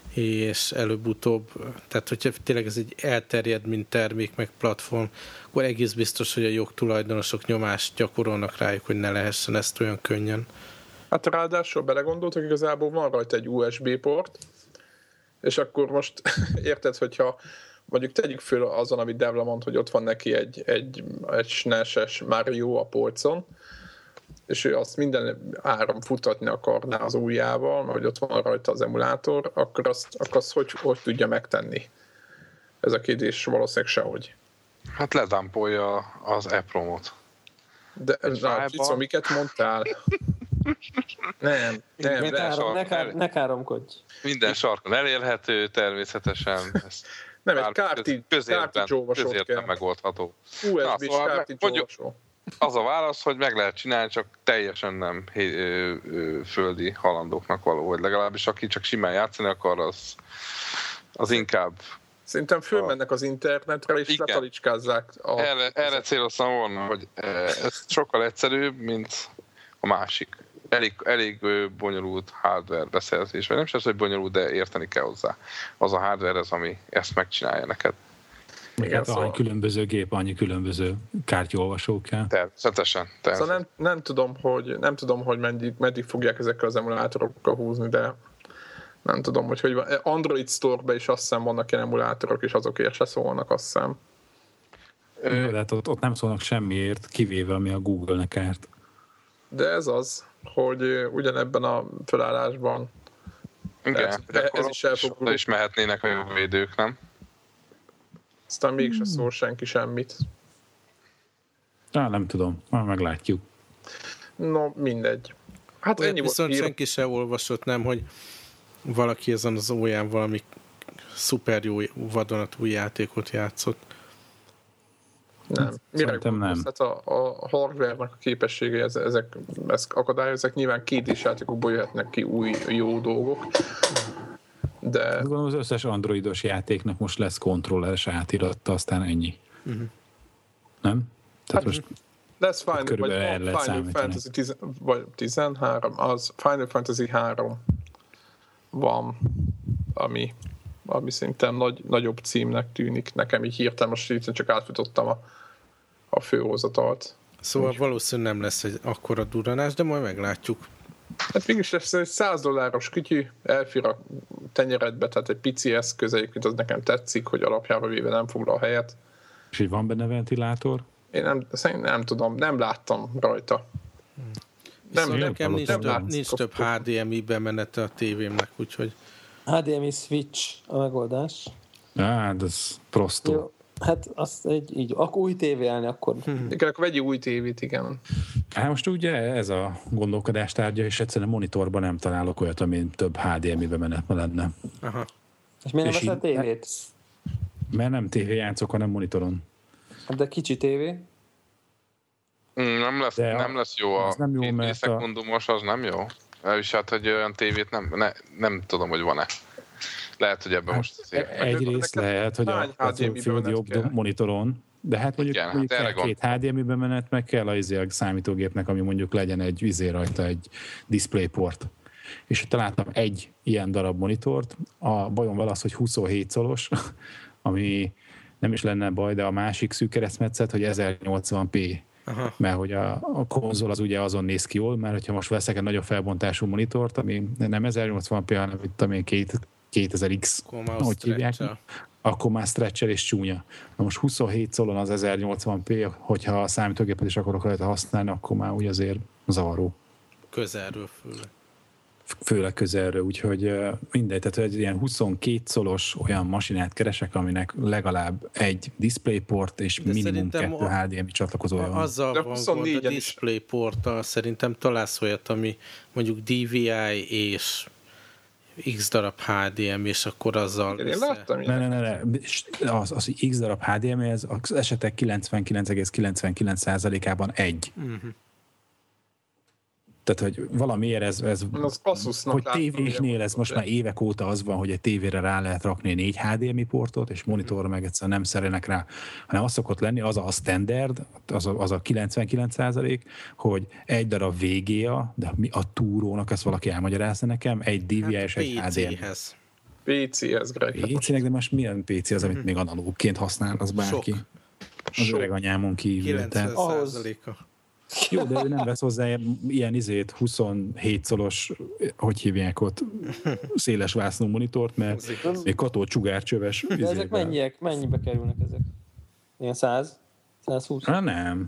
és előbb-utóbb, tehát hogyha tényleg ez egy elterjed, mint termék, meg platform, akkor egész biztos, hogy a jogtulajdonosok nyomást gyakorolnak rájuk, hogy ne lehessen ezt olyan könnyen. Hát ráadásul belegondoltak, igazából van rajta egy USB port, és akkor most érted, hogyha mondjuk tegyük föl azon, amit Devla mond, hogy ott van neki egy SNES-es Mario a polcon, és ő azt minden áron futatni akarná az ujjával, mert hogy ott van rajta az emulátor, akkor azt hogy tudja megtenni? Ez a kérdés valószínűleg sehogy. Hát ledámpolja az EPROM-ot. De Csicó, miket mondtál? Nem. Ne káromkodj. Minden sarkon elérhető, természetesen. Nem, egy kártics-olvasót kell. Megoldható. USB-s kártics-olvasó. Az a válasz, hogy meg lehet csinálni, csak teljesen nem földi halandóknak való, vagy legalábbis aki csak simán játszani akar, az inkább... Szerintem fölmennek az internetre, és letalicskázzák. Erre céloztam volna, hogy ez sokkal egyszerűbb, mint a másik. Elég bonyolult hardware beszerzés, vagy nem is az, hogy bonyolult, de érteni kell hozzá. Az a hardware az, ami ezt megcsinálja neked. Igen, szóval annyi különböző gép, annyi különböző kártyaolvasók kell. Természetesen. Szóval nem tudom, hogy meddig fogják ezekkel az emulátorokkal húzni, de nem tudom, hogy van. Android Store-ban is azt hiszem vannak ilyen emulátorok, és azokért se szólnak, azt hiszem. De hát ott nem szólnak semmiért, kivéve ami a Google-nek árt. De ez az, hogy ugyanebben a felállásban igen, ez is elfoguló. És mehetnének a jogvédők, nem? Aztán mégse szól senki semmit. Nem tudom, már meglátjuk. No, mindegy. Hát ennyi viszont volt. Senki se olvasott, nem, hogy valaki ezen az óján valami szuper jó vadonatúj játékot játszott. Nem. Mire nem. Hát a hardware-nak a képessége, ezek akadályozzák. Nyilván 2D játékokból jöhetnek ki új jó dolgok. De... Gondolom az összes androidos játéknak most lesz kontrolleres átiratta, aztán ennyi. Uh-huh. Nem? Tehát most lesz Final Fantasy 13, az Final Fantasy 3 van, ami szerintem nagyobb címnek tűnik. Nekem így hirtelen most csak átfutottam a főhozatalt. Szóval valószínűleg nem lesz egy akkora duranás, de majd meglátjuk. Hát mégis lesz egy $100 kütyű, elfér a tenyeredbe, tehát egy pici eszköz, egyébként az nekem tetszik, hogy alapjában véve nem foglal helyet. És így van benne ventilátor? Én nem tudom, nem láttam rajta. Nekem nincs több HDMI bemenete a tévémnek, úgyhogy... HDMI switch a megoldás. Hát, ez prostó. Jó, hát azt így, akkor új tévé állni, akkor... Igen, akkor vegyi új tévét, igen. Hát most ugye ez a gondolkodástárgya, és egyszerűen monitorban nem találok olyat, amin több HDMI bemenet lenne. Aha. És miért nem veszel tévét? Mert nem tévé játszok, hanem monitoron. De kicsi tévé? Nem lesz jó a millisekundumos, az nem jó. És hát, hogy olyan tévét nem tudom, hogy van-e. Lehet, hogy ebben most... Egyrészt lehet, hogy a földi jobb monitoron, de hát mondjuk kell 2 HDMI bemenet, meg kell a számítógépnek, ami mondjuk legyen egy rajta egy DisplayPort. És találtam egy ilyen darab monitort. A bajom vele az, hogy 27 szolos, ami nem is lenne baj, de a másik szűk keresztmetszet, hogy 1080p. Aha. Mert hogy a konzol az ugye azon néz ki jól, mert hogyha most veszek egy nagyobb felbontású monitort, ami nem 1080p, hanem itt amilyen 2000X, hogy hívják, akkor már stretcher és csúnya. Na most 27 szolon az 1080p, hogyha a számítógépet is akarok rajta használni, akkor már úgy azért zavaró. Közelről főleg. Főleg közelről, úgyhogy mindegy, tehát egy ilyen 22 szolos olyan masinát keresek, aminek legalább egy DisplayPort és de minimum 2 HDMI csatlakozója van. Azzal van gond a DisplayPorttal, szerintem találsz olyat, ami mondjuk DVI és X darab HDMI, és akkor azzal... Én láttam. Ne. Az X darab HDMI, ez az esetek 99,99%-ában egy. Uh-huh. Tehát, hogy valamiért ez hogy tévéknél ez most már évek óta az van, hogy egy tévére rá lehet rakni 4 HDMI portot, és monitorra meg egyszerűen nem szerelnek rá, hanem az szokott lenni, az a standard, az a 99%, hogy egy darab VGA, de a túrónak ezt valaki elmagyarázza nekem, egy DVI és egy HDMI. PC-hez, Greg. PC-nek, de most milyen PC az, amit még analógként használ, az bárki? Az öreg anyámon kívül. 90%-a. Jó, de ő nem vesz hozzá ilyen 27 szolos, hogy hívják ott, széles vásznú monitort, mert még katócsugárcsöves. De ezek mennyibe kerülnek ezek? Ilyen 100? 120? Nem.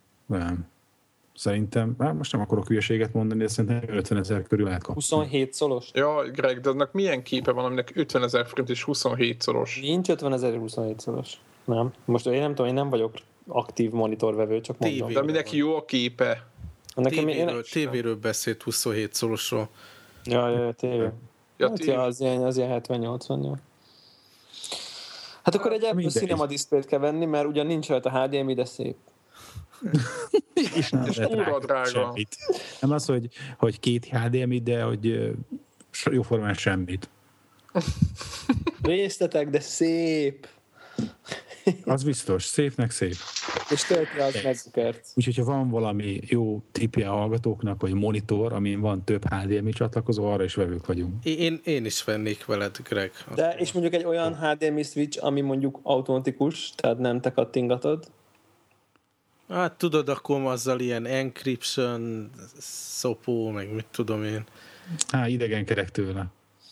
Szerintem, most nem akarok hülyeséget mondani, de szerintem 50 000 körül lehet kapni. 27 szolos? Ja, Greg, de annak milyen képe van, aminek 50 000 forint és 27 szolos? Nincs 50 000 27 szolos. Nem. Most én nem tudom, én nem vagyok aktív monitorvevő, csak mondom. De aminek jó a képe. tévéről beszélt 27 szorosról. Ja, tévé. Az ilyen 70-80. Hát akkor egy Apple Cinema Display-t kell venni, mert ugyan nincs rajta HDMI, de szép. És nem drága. Semmit. Nem az, hogy 2 HDMI, de hogy jóformán semmit. Részletek, de szép. Az biztos, szépnek szép. És tölti az megperc. Úgyhogy ha van valami jó tippje a hallgatóknak, vagy monitor, amin van több HDMI csatlakozó, arra is vevők vagyunk. Én is vennék veled, Greg. De és mondjuk egy olyan HDMI switch, ami mondjuk automatikus, tehát nem te kattingatod. Hát tudod, akkor azzal ilyen encryption, szopó, meg mit tudom én. Idegenkedek tőle.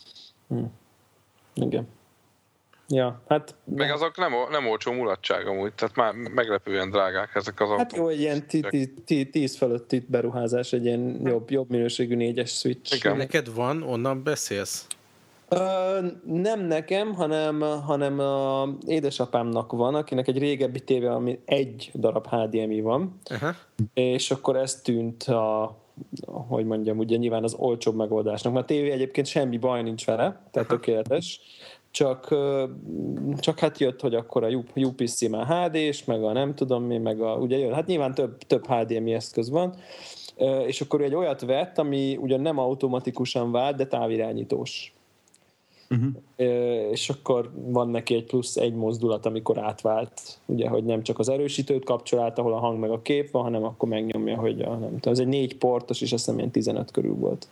Igen. Ja, hát... Meg azok nem olcsó mulatság amúgy, tehát már meglepően drágák ezek az autók. Hát jó, egy ilyen 10 fölötti beruházás, egy ilyen jobb minőségű 4-es switch. Igen. Neked van, onnan beszélsz? Nem nekem, hanem a édesapámnak van, akinek egy régebbi tévé, ami egy darab HDMI van, és akkor ez tűnt hogy mondjam, ugye nyilván az olcsóbb megoldásnak. Mert a tévé egyébként semmi baj nincs vele, tehát tökéletes. Csak hát jött, hogy akkor a UPC már HD-s, meg a nem tudom mi, meg ugye jön, hát nyilván több HDMI eszköz van, és akkor egy olyat vett, ami ugyan nem automatikusan vált, de távirányítós. És akkor van neki egy plusz egy mozdulat, amikor átvált, ugye, hogy nem csak az erősítőt kapcsol át, ahol a hang meg a kép van, hanem akkor megnyomja, hogy nem tudom, ez egy 4 portos, és azt hiszem ilyen 15 körül volt.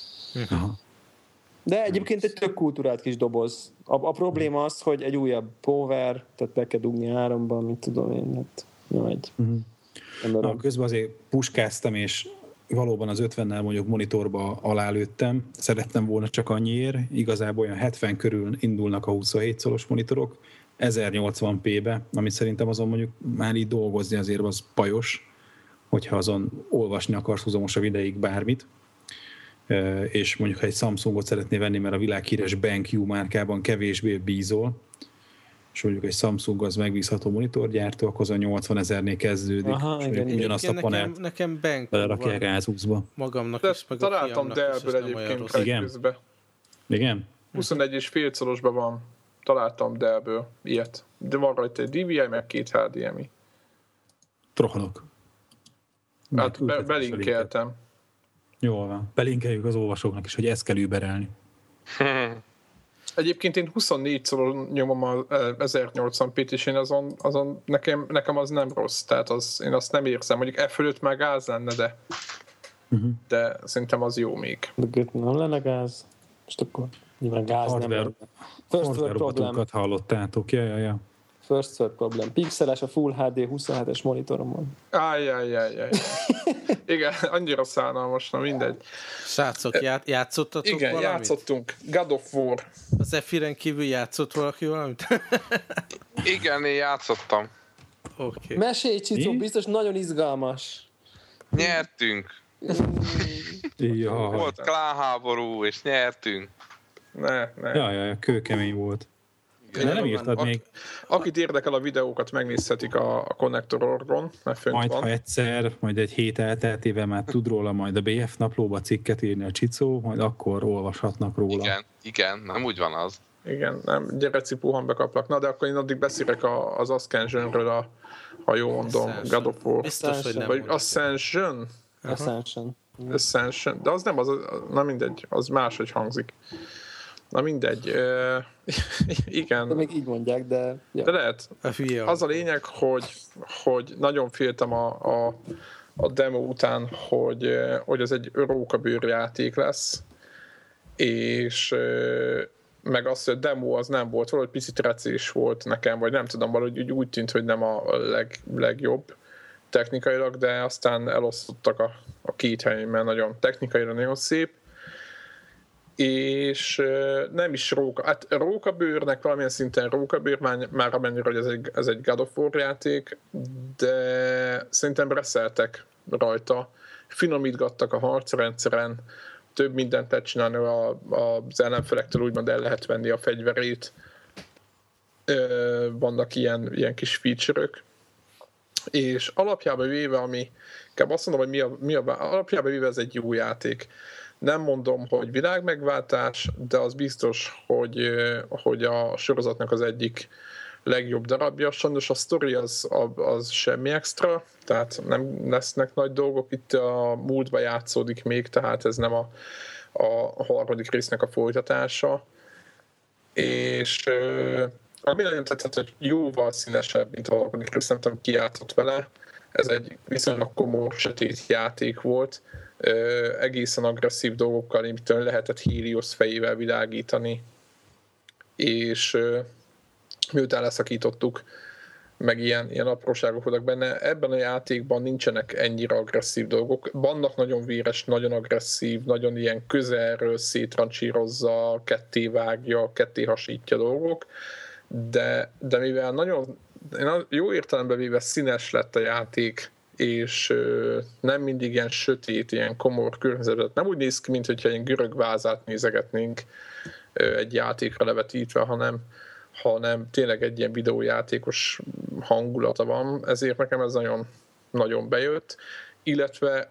De egyébként egy tök kultúrált kis doboz. A probléma az, hogy egy újabb power, tehát be kell dugni 3-ban, mit tudom én, hát nem egy. Közben azért puskáztam, és valóban az 50-nel mondjuk monitorba alálőttem. Szerettem volna csak annyiért. Igazából olyan 70 körül indulnak a 27 szolos monitorok, 1080p-be, amit szerintem azon mondjuk már így dolgozni azért az bajos, hogyha azon olvasni akarsz húzamosabb ideig bármit. És mondjuk ha egy Samsungot szeretné venni, mert a világhíres BenQ márkában kevésbé bízol, és mondjuk egy Samsung az megbízható monitorgyártó, akkor az a 80 000-nél kezdődik, és ugyanazt a panelt nekem BenQ belerakják Asusba. Magamnak de is, meg találtam Dell-ből egyébként közben. Igen? 21,5 szorosban van. Találtam Dell-ből ilyet. De van rajta egy DVI, meg 2 HDMI. Trohanok. Hát belinkeltem. Jól van. Belinkeljük az olvasóknak is, hogy ezt kell überelni. Egyébként én 24 szoron nyomom a 1080p-t, és én azon nekem az nem rossz. Tehát én azt nem érzem. Mondjuk e fölött már gáz lenne, de szerintem az jó még. De nem lenne gáz. Most akkor nyilván gáz nem lenne. First world problem. Hallottátok. Ja. First world problem. Pixeles a Full HD 27-es monitorom. Ajjajjajjaj. Igen, annyira szánalmas, na mindegy. Srácok, játszottatok igen, valamit? Igen, játszottunk. God of War. Az Zephyren kívül játszott valaki valamit? Igen, én játszottam. Okay. Mesélj, Csicó, biztos nagyon izgalmas. Nyertünk. Volt klánháború, és nyertünk. Ne. Ja, kőkemény volt. De nem írtad még. Akit érdekel a videókat, megnézhetik a Connector.org-on, mert fönt majd, van. Ha egyszer, majd egy hét elteltével már tud róla majd a BF naplóba cikket írni a Csicó, majd akkor olvashatnak róla. Igen, nem úgy van az. Igen, nem, gyere puhan bekaplak. Na, de akkor én addig beszélek az Ascension-ről, ha jól mondom, God of War. Biztos, hogy nem. Vagy Ascension? Ascension. De az nem, na mindegy, az máshogy hangzik. Na mindegy. Igen. De még így mondják, de... Ja. De lehet. Az a lényeg, hogy nagyon féltem a demo után, hogy ez egy rókabőr játék lesz, és meg az, hogy a demo az nem volt, valahogy picit recés volt nekem, vagy nem tudom, valahogy úgy tűnt, hogy nem a legjobb technikailag, de aztán elosztottak a két helyen, mert nagyon technikailag nagyon szép, és nem is rókabőrnek valamilyen szinten rókabőr, már amennyire, hogy ez egy God of War játék, de szerintem reszeltek rajta, finomítgattak a harcrendszeren, több mindent lehet csinálni az ellenfelektől, úgymond el lehet venni a fegyverét, vannak ilyen kis feature-ök, És alapjában véve, azt mondom, hogy alapjában véve ez egy jó játék. Nem mondom, hogy világmegváltás, de az biztos, hogy a sorozatnak az egyik legjobb darabja. Sajnos a sztori az semmi extra, tehát nem lesznek nagy dolgok, itt a múltba játszódik még, tehát ez nem a harmadik résznek a folytatása. És ami nagyon tetszett, hogy jóval színesebb, mint a harmadik rész, nem tudom, ki játszott vele. Ez egy viszonylag komor, sötét játék volt, egészen agresszív dolgokkal, amitől lehetett Helios fejével világítani, és miután leszakítottuk, meg ilyen apróságok voltak benne. Ebben a játékban nincsenek ennyire agresszív dolgok. Vannak nagyon véres, nagyon agresszív, nagyon ilyen közelről szétrancsírozza, ketté vágja, ketté hasítja dolgok, de mivel nagyon jó értelemben véve színes lett a játék, és nem mindig ilyen sötét, ilyen komor környezetet. Nem úgy néz ki, mint hogyha ilyen görög vázát nézegetnénk egy játékra levetítve, hanem tényleg egy ilyen videójátékos hangulata van, ezért nekem ez nagyon, nagyon bejött, illetve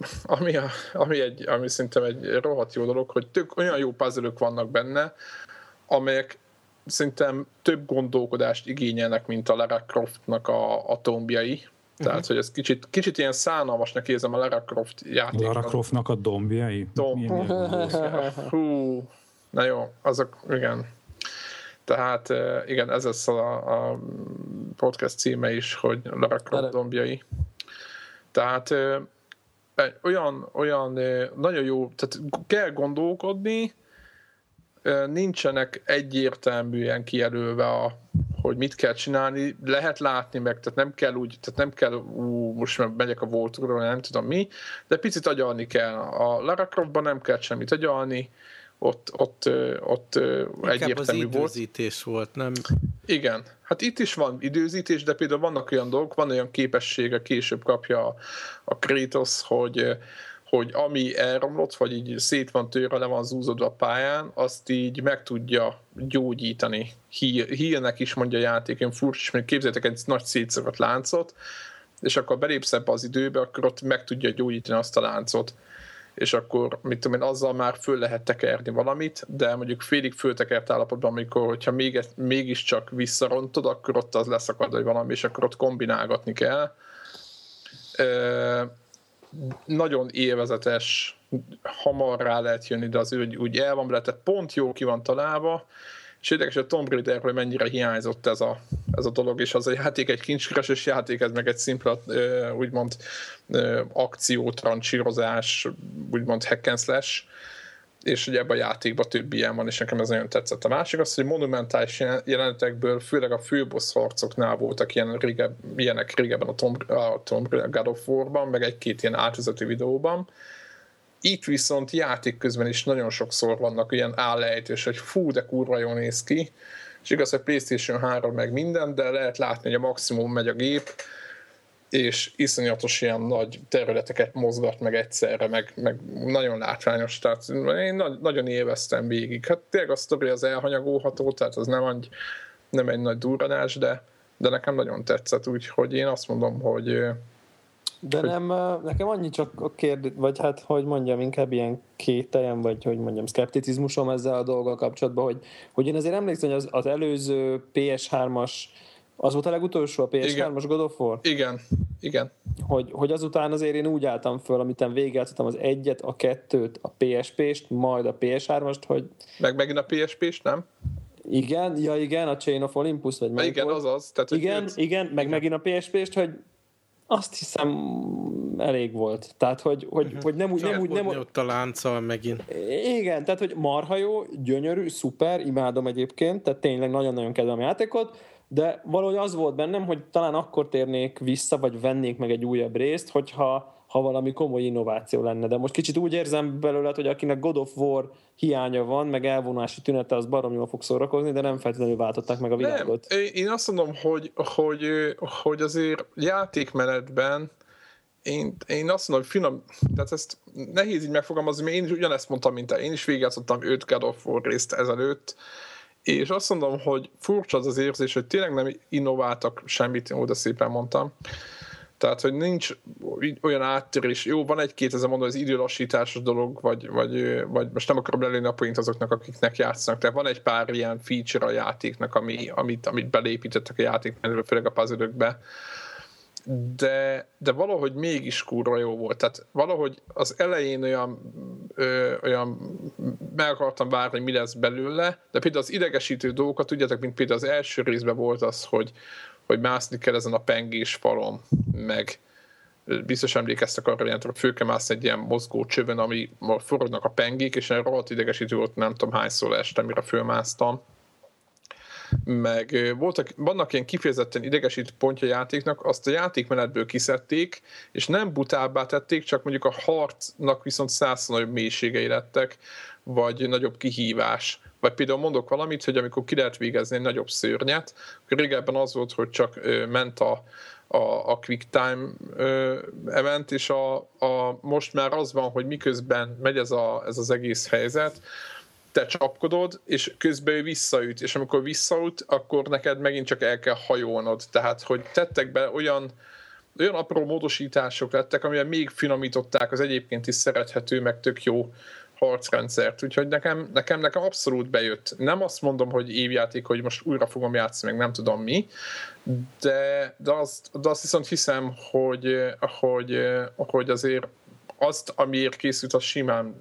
ami szerintem egy rohadt jó dolog, hogy olyan jó puzzle-ök vannak benne, amelyek szerintem több gondolkodást igényelnek, mint a Lara Croftnak a tombjai. Tehát, hogy ez kicsit ilyen szánalmasnak érzem a Lara Croft játékban. Lara Croftnak a dombjai? Hú, na jó, azok, igen. Tehát igen, ez lesz a podcast címe is, hogy Lara Croft dombjai. Tehát olyan nagyon jó, tehát kell gondolkodni, nincsenek egyértelműen kijelölve, hogy mit kell csinálni, lehet látni meg, tehát nem kell most már megyek a Voltról, nem tudom mi, de picit agyalni kell. A Lara Croftban nem kell semmit agyalni, ott egyértelmű volt. Időzítés volt, nem? Igen. Hát itt is van időzítés, de például vannak olyan dolgok, van olyan képessége, később kapja a Kratos, hogy ami elromlott, vagy így szét van törve, le van zúzódva a pályán, azt így meg tudja gyógyítani. Healnek is mondja a játék, én furcsa, mert képzeljétek egy nagy szétszakadt láncot, és akkor belépsz ebbe az időbe, akkor ott meg tudja gyógyítani azt a láncot. És akkor, mit tudom én, azzal már föl lehet tekerni valamit, de mondjuk félig föltekert állapotban, amikor, hogyha mégiscsak visszarontod, akkor ott az leszakad, vagy valami, és akkor ott kombinálgatni kell. Nagyon élvezetes, hamar rá lehet jönni, de az úgy el van bele, tehát pont jó ki van találva, és érdekes, hogy a Tomb Raiderről mennyire hiányzott ez a dolog, és az a játék egy kincskeresős játék, ez meg egy szimpla, úgymond akciótrancsírozás, úgymond hack and slash, és ugye ebben a játékban több ilyen van, és nekem ez nagyon tetszett. A másik az, hogy monumentális jelenetekből, főleg a főbossz harcoknál voltak ilyenek régebben a God of War-ban, meg egy-két ilyen átvezető videóban. Itt viszont játék közben is nagyon sokszor vannak ilyen állejtős, hogy fú, de kurva jól néz ki, és igaz, hogy PlayStation 3 meg minden, de lehet látni, hogy a maximum megy a gép, és iszonyatos ilyen nagy területeket mozgat meg egyszerre, meg nagyon látványos, tehát én nagyon élveztem végig. Hát tényleg a sztori az elhanyagolható, tehát az nem egy nagy durranás, de nekem nagyon tetszett, úgyhogy én azt mondom, hogy de nem, nekem annyi csak a kérdés, vagy hát, hogy mondjam, inkább ilyen kételjem, vagy hogy mondjam, szkepticizmusom ezzel a dolggal kapcsolatban, hogy én azért emlékszem, hogy az előző PS3-as, az volt a legutolsó, a PS3-as God of War? Igen. Hogy azután azért én úgy álltam föl, amiten végigjátszottam az 1-et, a 2-t, a PSP-st, majd a PS3-ast, hogy... Megint a PSP-st, nem? Igen, a Chain of Olympus, vagy meg igen, volt. azaz. Tehát, igen, megint a PSP-st, hogy azt hiszem elég volt. Tehát, hogy nem úgy... ott a lánccal megint. Igen, tehát, hogy marha jó, gyönyörű, szuper, imádom egyébként, tehát tényleg nagyon-nagyon kedvem a játékot, de valahogy az volt bennem, hogy talán akkor térnék vissza, vagy vennék meg egy újabb részt, hogyha valami komoly innováció lenne. De most kicsit úgy érzem belőle, hogy akinek God of War hiánya van, meg elvonási tünete, az barom jól fog szórakozni, de nem feltétlenül váltották meg a világot. Nem, én azt mondom, hogy azért játékmenetben én azt mondom, hogy finom, tehát ezt nehéz így megfogalmazni, mert én is ugyanezt mondtam, mint te. Én is végigjátszottam 5 God of War részt ezelőtt, és azt mondom, hogy furcsa az érzés, hogy tényleg nem innováltak semmit, oda szépen mondtam, Tehát, hogy nincs olyan áttörés. Jó, van egy-két, ezen mondom, az időlassításos dolog, vagy most nem akarom lelőni a point azoknak, akiknek játszanak. Tehát van egy pár ilyen feature a játéknak, amit belépítettek a játékmenübe, főleg a puzzle-ökbe. De valahogy mégis kurva jó volt. Tehát valahogy az elején olyan meg akartam várni, hogy mi lesz belőle, de például az idegesítő dolgokat, tudjátok, mint például az első részben volt az, hogy mászni kell ezen a pengés falon, meg biztos emlékeztek arra, hogy föl kell mászni egy ilyen mozgó csövön, ami forognak a pengék, és egy rohadt idegesítő volt, nem tudom hányszor estem, mire fölmásztam. Meg vannak ilyen kifejezetten idegesítő pontja a játéknak, azt a játékmenetből kiszedték, és nem butábbá tették, csak mondjuk a harcnak viszont 100 nagyobb mélységei lettek, vagy nagyobb kihívás. Vagy például mondok valamit, hogy amikor ki lehet végezni egy nagyobb szörnyet, akkor régebben az volt, hogy csak ment a quick time event, és most már az van, hogy miközben megy ez az egész helyzet, te csapkodod, és közben ő visszaüt, és amikor visszaüt, akkor neked megint csak el kell hajolnod. Tehát, hogy tettek be olyan apró módosítások lettek, amivel még finomították az egyébként is szerethető, meg tök jó harcrendszert. Úgyhogy nekem abszolút bejött. Nem azt mondom, hogy évjáték, hogy most újra fogom játszani, meg nem tudom mi, de azt viszont hiszem, hogy azért azt, amiért készült, az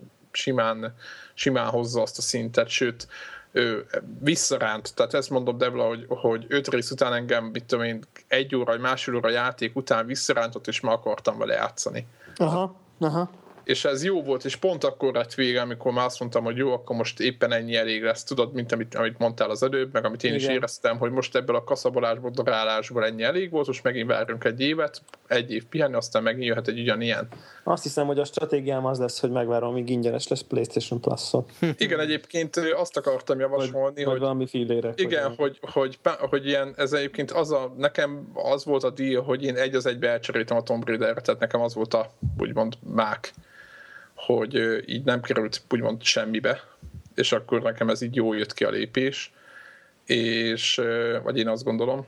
simán hozza azt a szintet, sőt, visszaránt. Tehát ezt mondom Devla, hogy 5 rész után engem, mit tudom én, 1 óra vagy másfél óra játék után visszarántott, és már akartam vele játszani. Aha. És ez jó volt, és pont akkor lett vége, amikor már azt mondtam, hogy jó, akkor most éppen ennyi elég lesz. Tudod, mint amit mondtál az előbb, meg amit én is éreztem, hogy most ebből a kaszabolásból, darálásból ennyi elég volt, most megint várjunk egy évet, 1 év pihenni, aztán megint jöhet egy ugyanilyen. Azt hiszem, hogy a stratégiám az lesz, hogy megvárom, amíg ingyenes lesz PlayStation Plus-on. Igen, egyébként azt akartam javasolni, hogy valami fillére. Igen, hogy ilyen, ez egyébként nekem az volt a deal, hogy én 1-1 elcseréltem a Tomb Raider-re, tehát nekem az volt a úgymond mák, hogy így nem került úgymond semmibe, és akkor nekem ez így jól jött ki a lépés, és, vagy én azt gondolom,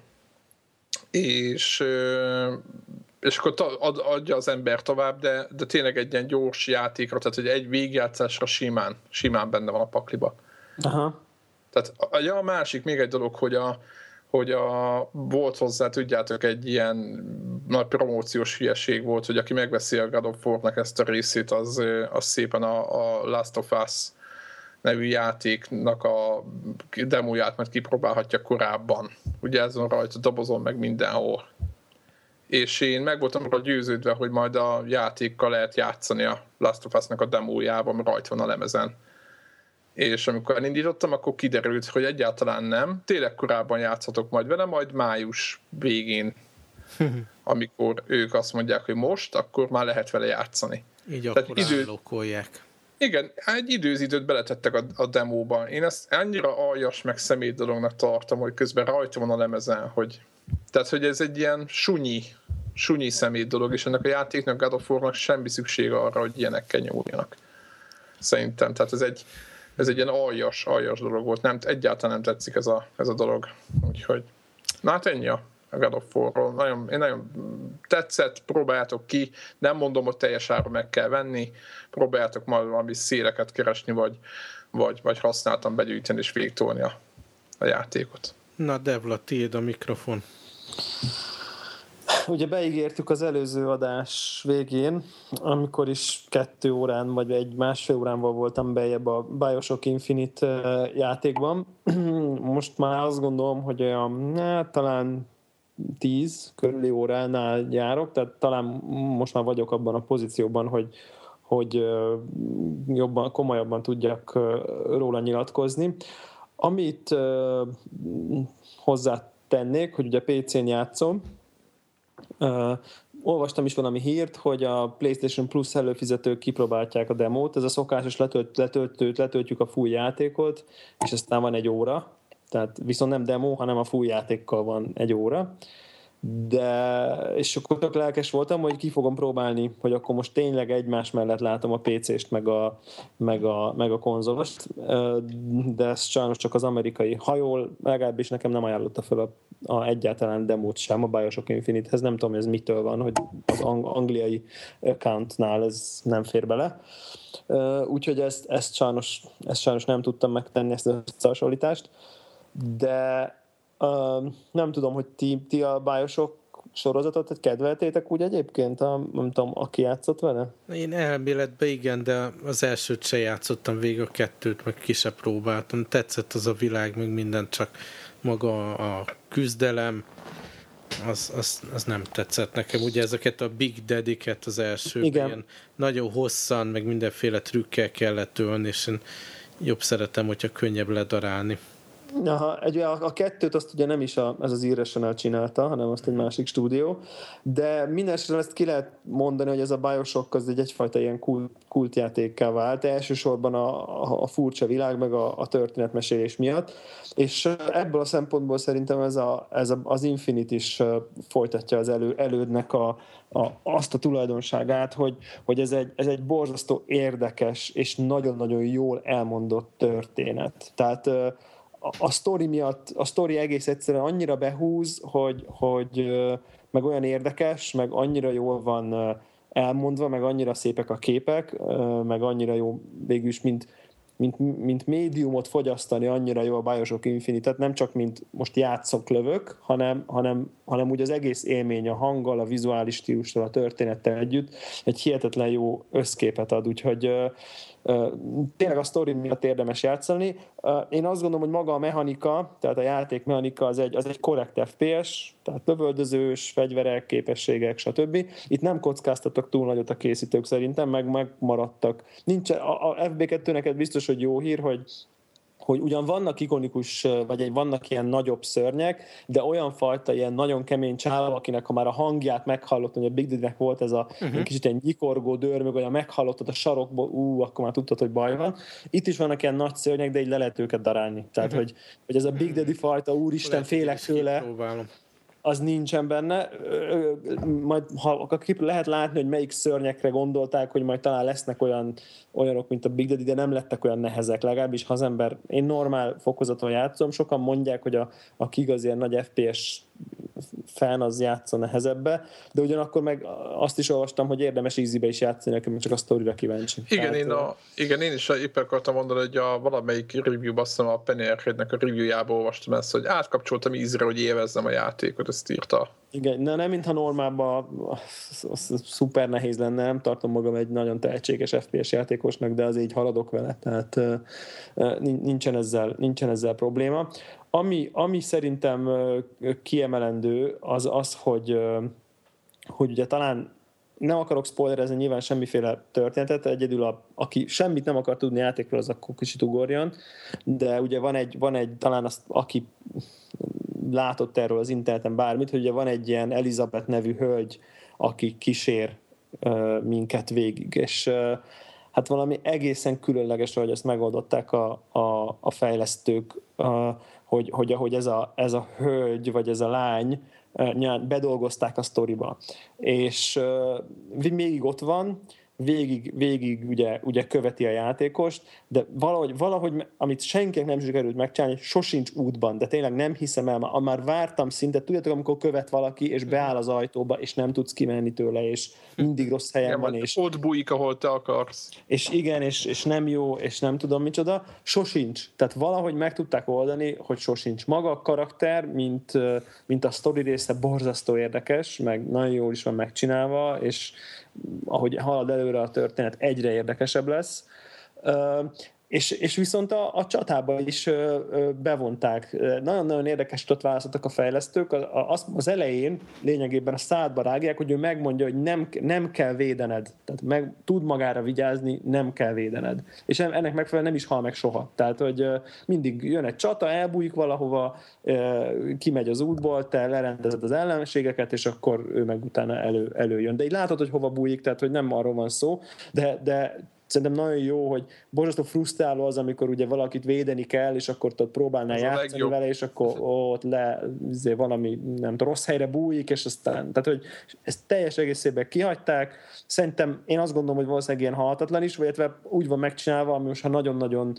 és akkor adja az ember tovább, de tényleg egy ilyen gyors játékra, tehát hogy egy végigjátszásra simán benne van a pakliba. Aha. Tehát a másik, még egy dolog, hogy volt hozzá, tudjátok, egy ilyen nagy promóciós hülyeség volt, hogy aki megveszi a God of War-nak ezt a részét, az szépen a Last of Us nevű játéknak a demóját majd kipróbálhatja korábban. Ugye ez van rajta dobozon meg mindenhol. És én meg voltam arra győződve, hogy majd a játékkal lehet játszani a Last of Us-nak a demójában, mert rajta van a lemezen. És amikor elindítottam, akkor kiderült, hogy egyáltalán nem. Tényleg korábban játszhatok majd vele, majd május végén, amikor ők azt mondják, hogy most, akkor már lehet vele játszani. Így akkor állókolják. Igen, egy időzítőt beletettek a demóba. Én ezt annyira aljas meg szemét dolognak tartom, hogy közben rajta van a lemezen, tehát, hogy ez egy ilyen sunyi szemét dolog, és ennek a játéknak, God of War-nak semmi szüksége arra, hogy ilyenekkel nyúljanak. Szerintem, tehát ez egy ilyen aljas dolog volt. Egyáltalán nem tetszik ez a dolog. Úgyhogy, na hát ennyi a God of War-ról. Én nagyon tetszett, próbáljátok ki, nem mondom, hogy teljes áron meg kell venni, próbáljátok majd valami széleket keresni, vagy használtan begyűjteni és végtolni a játékot. Na Devla, tiéd a mikrofon. Ugye beígértük az előző adás végén, amikor is 2 órán vagy 1,5 óránval voltam bejebb a Bioshock Infinite játékban. Most már azt gondolom, hogy talán 10 körüli óránál járok, tehát talán most már vagyok abban a pozícióban, hogy jobban, komolyabban tudjak róla nyilatkozni. Amit hozzátennék, hogy ugye PC-n játszom, olvastam is valami hírt, hogy a PlayStation Plus előfizetők kipróbálják a demót, ez a szokásos letöltjük a full játékot, és aztán van 1 óra, tehát viszont nem demo, hanem a full játékkal van 1 óra. és akkor tök lelkes voltam, hogy ki fogom próbálni, hogy akkor most tényleg egymás mellett látom a PC-st, meg a konzolost, de ez sajnos csak az amerikai. Ha jól, legalábbis nekem nem ajánlotta fel egyáltalán demót sem a Bioshock Infinite-hez, nem tudom, ez mitől van, hogy az angliai accountnál ez nem fér bele. Úgyhogy ezt sajnos nem tudtam megtenni, ezt az összehasonlítást, de nem tudom, hogy ti a Bioshock sorozatot kedveltétek úgy egyébként, nem tudom, aki játszott vele? Én elméletben igen, de az elsőt se játszottam végig, a kettőt meg ki se próbáltam. Tetszett az a világ, meg minden, csak maga a küzdelem, az nem tetszett nekem. Ugye ezeket a Big Daddy-ket az elsőben ilyen nagyon hosszan, meg mindenféle trükkel kellett ölni, és én jobb szeretem, hogyha könnyebb ledarálni. Aha, a kettőt azt ugye nem is ez az Irrational csinálta, hanem azt egy másik stúdió, de mindenesetre ezt ki lehet mondani, hogy ez a Bioshock az egyfajta ilyen kultjátékká vált, elsősorban a furcsa világ, meg a történetmesélés miatt, és ebből a szempontból szerintem ez az Infinite is folytatja az elődnek azt a tulajdonságát, hogy ez egy borzasztó érdekes és nagyon-nagyon jól elmondott történet. Tehát a sztori miatt, a sztori egész egyszerűen annyira behúz, hogy meg olyan érdekes, meg annyira jól van elmondva, meg annyira szépek a képek, meg annyira jó végülis, mint médiumot fogyasztani, annyira jó a Bioshock Infinite, tehát nem csak mint most játszok, lövök, hanem úgy az egész élmény a hanggal, a vizuális stílussal, a történettel együtt egy hihetetlen jó összképet ad, úgyhogy tényleg a sztori miatt érdemes játszani. Én azt gondolom, hogy maga a mechanika, tehát a játék mechanika az egy korrekt FPS, tehát lövöldözős, fegyverek, képességek, stb. Itt nem kockáztattak túl nagyot a készítők szerintem, megmaradtak. A FB2-neket biztos, hogy jó hír, hogy ugyan vannak ikonikus, vagy vannak ilyen nagyobb szörnyek, de olyan fajta ilyen nagyon kemény csáva, akinek ha már a hangját meghallottam, hogy a Big Daddy-nek volt ez a kicsit ilyen nyikorgó dörmög, hogy meghallottad a sarokból, akkor már tudtad, hogy baj van. Itt is vannak ilyen nagy szörnyek, de így le lehet őket darálni. Tehát, hogy ez a Big Daddy fajta, úristen, félek tőle, az nincsen benne. Majd lehet látni, hogy melyik szörnyekre gondolták, hogy majd talán lesznek olyanok, mint a Big Daddy, de nem lettek olyan nehezek, legalábbis ha az ember, én normál fokozaton játszom, sokan mondják, hogy aki igaz ilyen nagy FPS fan az játszon nehezebbe, de ugyanakkor meg azt is olvastam, hogy érdemes easybe is játszani, nekem csak a sztorira kíváncsi. Igen, én is éppen akartam mondani, hogy valamelyik review-ban, a Penny Arcade-nek a reviewjából olvastam ezt, hogy átkapcsoltam easyre, hogy élvezzem a játékot, ezt írta. Igen, nem mintha normálban szuper nehéz lenne, nem tartom magam egy nagyon tehetséges FPS játékosnak, de az így haladok vele, tehát nincsen ezzel probléma. Ami szerintem kiemelendő, az hogy ugye talán nem akarok spoilerezni nyilván semmiféle történetet, egyedül aki semmit nem akar tudni játékról, az akkor kicsit ugorjon, de ugye van egy talán aki látott erről az interneten bármit, hogy ugye van egy ilyen Elizabeth nevű hölgy, aki kísér minket végig, és hát valami egészen különleges, hogy ezt megoldották a fejlesztők, hogy ahogy ez a hölgy, vagy ez a lány bedolgozták a sztoriba. És még ott van, végig ugye követi a játékost, de valahogy amit senkinek nem sikerült megcsinálni, sosincs útban, de tényleg nem hiszem el, már vártam szinte, tudjátok, amikor követ valaki, és beáll az ajtóba, és nem tudsz kimenni tőle, és mindig rossz helyen van, és ott bújik, ahol te akarsz. És igen, és nem jó, és nem tudom micsoda, sosincs. Tehát valahogy meg tudták oldani, hogy sosincs. Maga a karakter, mint a sztori része borzasztó érdekes, meg nagyon jól is van megcsinálva, és ahogy halad előre a történet, egyre érdekesebb lesz. És viszont a csatába is bevonták. Nagyon-nagyon érdekes utat választottak a fejlesztők. Az elején lényegében a szádba rágják, hogy ő megmondja, hogy nem kell védened. Tehát tud magára vigyázni, nem kell védened. És ennek megfelelően nem is hal meg soha. Tehát, hogy mindig jön egy csata, elbújik valahova, kimegy az útból, te lerendezed az ellenségeket, és akkor ő meg utána előjön. De így látod, hogy hova bújik, tehát hogy nem arról van szó, de szerintem nagyon jó, hogy borzasztó frusztráló az, amikor ugye valakit védeni kell, és akkor ott próbálnál játszani vele, és akkor ott valami nem tudom, rossz helyre bújik, és aztán, tehát hogy ezt teljes egészében kihagyták. Szerintem én azt gondolom, hogy valószínűleg ilyen halhatatlan is, vagy úgy van megcsinálva, ami most ha nagyon-nagyon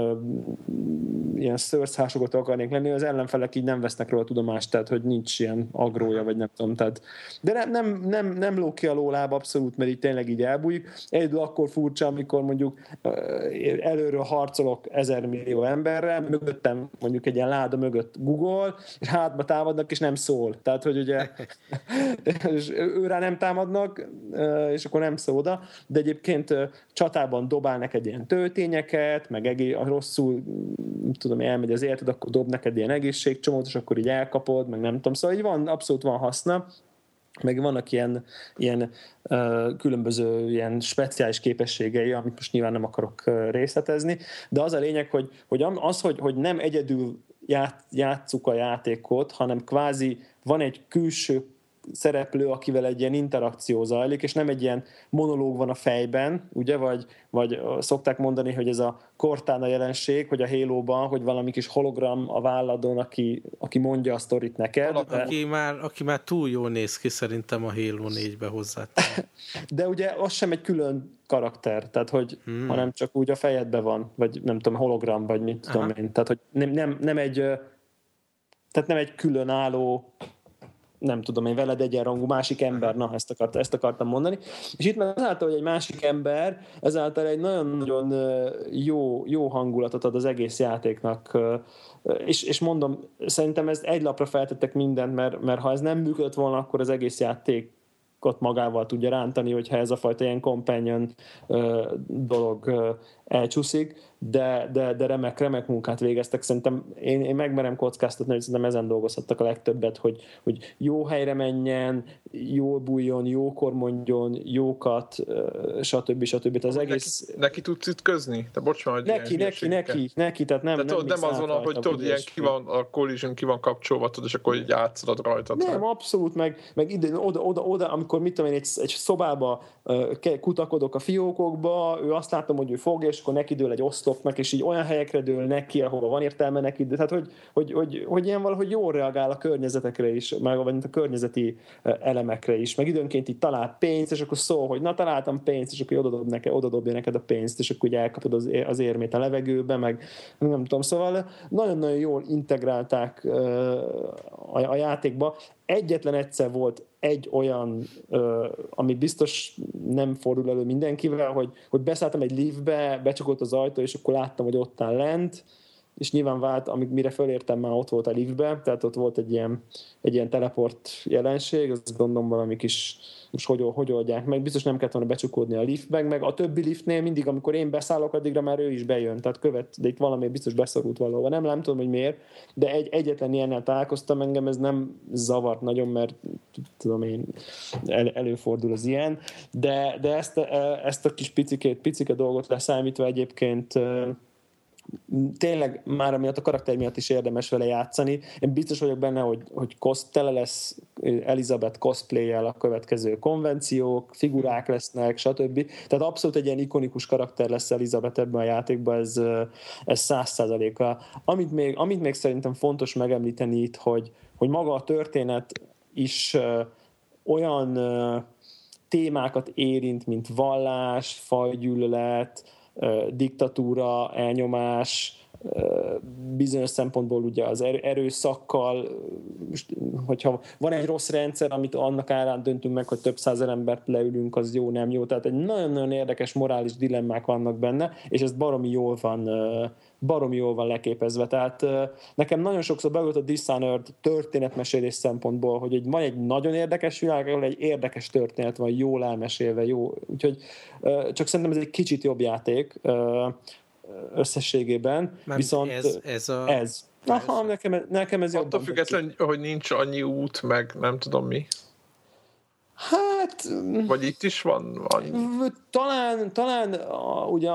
ilyen szőrszhásokat akarnék lenni, az ellenfelek így nem vesznek róla tudomást, tehát hogy nincs ilyen agrója, vagy nem tudom. Tehát, de nem lóg ki a lóláb abszolút, mert így tényleg így elbújik. Egyedül akkor furcsa, amikor mondjuk előről harcolok 1000 millió emberrel, mögöttem mondjuk egy ilyen láda mögött Google, és hátba támadnak, és nem szól. Tehát, hogy ugye és őrá nem támadnak, és akkor nem szól oda, de egyébként csatában dobál neked ilyen töltényeket, meg rosszul, tudom, elmegy az életed, akkor dob neked ilyen egészségcsomót, és akkor így elkapod, meg nem tudom. Szóval így abszolút van haszna, meg vannak ilyen különböző ilyen speciális képességei, amit most nyilván nem akarok részletezni, de az a lényeg, hogy nem egyedül játsszuk a játékot, hanem kvázi van egy külső szereplő, akivel egy ilyen interakció zajlik, és nem egy ilyen monológ van a fejben, ugye, vagy szokták mondani, hogy ez a Cortana jelenség, hogy a Halo-ban, hogy valami kis hologram a válladon, aki mondja a sztorit neked. Aki már túl jól néz ki szerintem a Halo 4-be hozzá. De ugye az sem egy külön karakter, tehát hogy hanem csak úgy a fejedben van, vagy nem tudom, hologram, vagy mit tudom én. Tehát, hogy nem egy különálló, nem tudom én, veled egyenrangú másik ember, na, ezt akartam mondani. És itt már azáltal, hogy egy másik ember, ezáltal egy nagyon-nagyon jó hangulatot ad az egész játéknak. És mondom, szerintem ezt egy lapra feltettek mindent, mert ha ez nem működött volna, akkor az egész játékot magával tudja rántani, hogyha ez a fajta ilyen companion dolog elcsúszik, de remek munkát végeztek. Szerintem én megmerem kockáztatni, hogy szerintem ezen dolgozhattak a legtöbbet, hogy jó helyre menjen, jól bújjon, jókor mondjon, jókat, stb. Az egész... Neki tudsz ütközni? Te bocs, van, neki, tehát nem az van, hogy tudod, ilyen a collision ki van kapcsolva, tudod, és akkor így játszod rajtad. Nem, abszolút, meg ide, oda, amikor mit tudom én, egy szobába kutakodok a fiókokba, ő azt látom, hogy ő fog, és akkor neki dől egy oszlopnak, és így olyan helyekre dől neki, ahova van értelme neki, de tehát, hogy ilyen valahogy jól reagál a környezetekre is, meg a környezeti elemekre is, meg időnként így talál pénzt, és akkor szól, hogy na, találtam pénzt, és akkor oda dobja neked a pénzt, és akkor úgy elkapod az érmét a levegőbe, meg nem tudom, szóval nagyon-nagyon jól integrálták a játékba. Egyetlen egyszer volt egy olyan, ami biztos nem fordul elő mindenkivel, hogy beszálltam egy liftbe, becsukott az ajtó, és akkor láttam, hogy ott áll lent, és nyilván vált, mire fölértem, már ott volt a liftbe, tehát ott volt egy ilyen teleport jelenség, azt gondolom valami kis, most hogy oldják meg, biztos nem kellett volna becsukódni a liftbe, meg a többi liftnél mindig, amikor én beszállok, addigra már ő is bejön, tehát de itt valami biztos beszorult valahol, nem tudom, hogy miért, de egyetlen ilyennel találkoztam, engem ez nem zavart nagyon, mert tudom én, előfordul az ilyen, de ezt a kis picike dolgot leszámítva egyébként tényleg már amiatt a karakter miatt is érdemes vele játszani. Én biztos vagyok benne, hogy tele lesz Elizabeth cosplay-jel a következő konvenciók, figurák lesznek, stb. Tehát abszolút egy ilyen ikonikus karakter lesz Elizabeth ebben a játékban, ez 100%-a. Amit még szerintem fontos megemlíteni itt, hogy maga a történet is olyan témákat érint, mint vallás, fajgyűlölet, diktatúra, elnyomás, bizonyos szempontból ugye az erőszakkal, hogyha van egy rossz rendszer, amit annak árán döntünk meg, hogy több százezer embert leülünk, az jó, nem jó. Tehát egy nagyon-nagyon érdekes morális dilemmák vannak benne, és ez baromi jól van leképezve. Tehát nekem nagyon sokszor beült a Dishonored történetmesélés szempontból, hogy van egy nagyon érdekes világ, ahol egy érdekes történet van, jól elmesélve, jó. Úgyhogy csak szerintem ez egy kicsit jobb játék összességében. Már viszont ez. Aha, nekem ez jobb. Attól függetlenül, hogy nincs annyi út, meg nem tudom mi. Hát... Vagy itt is van? Talán ugye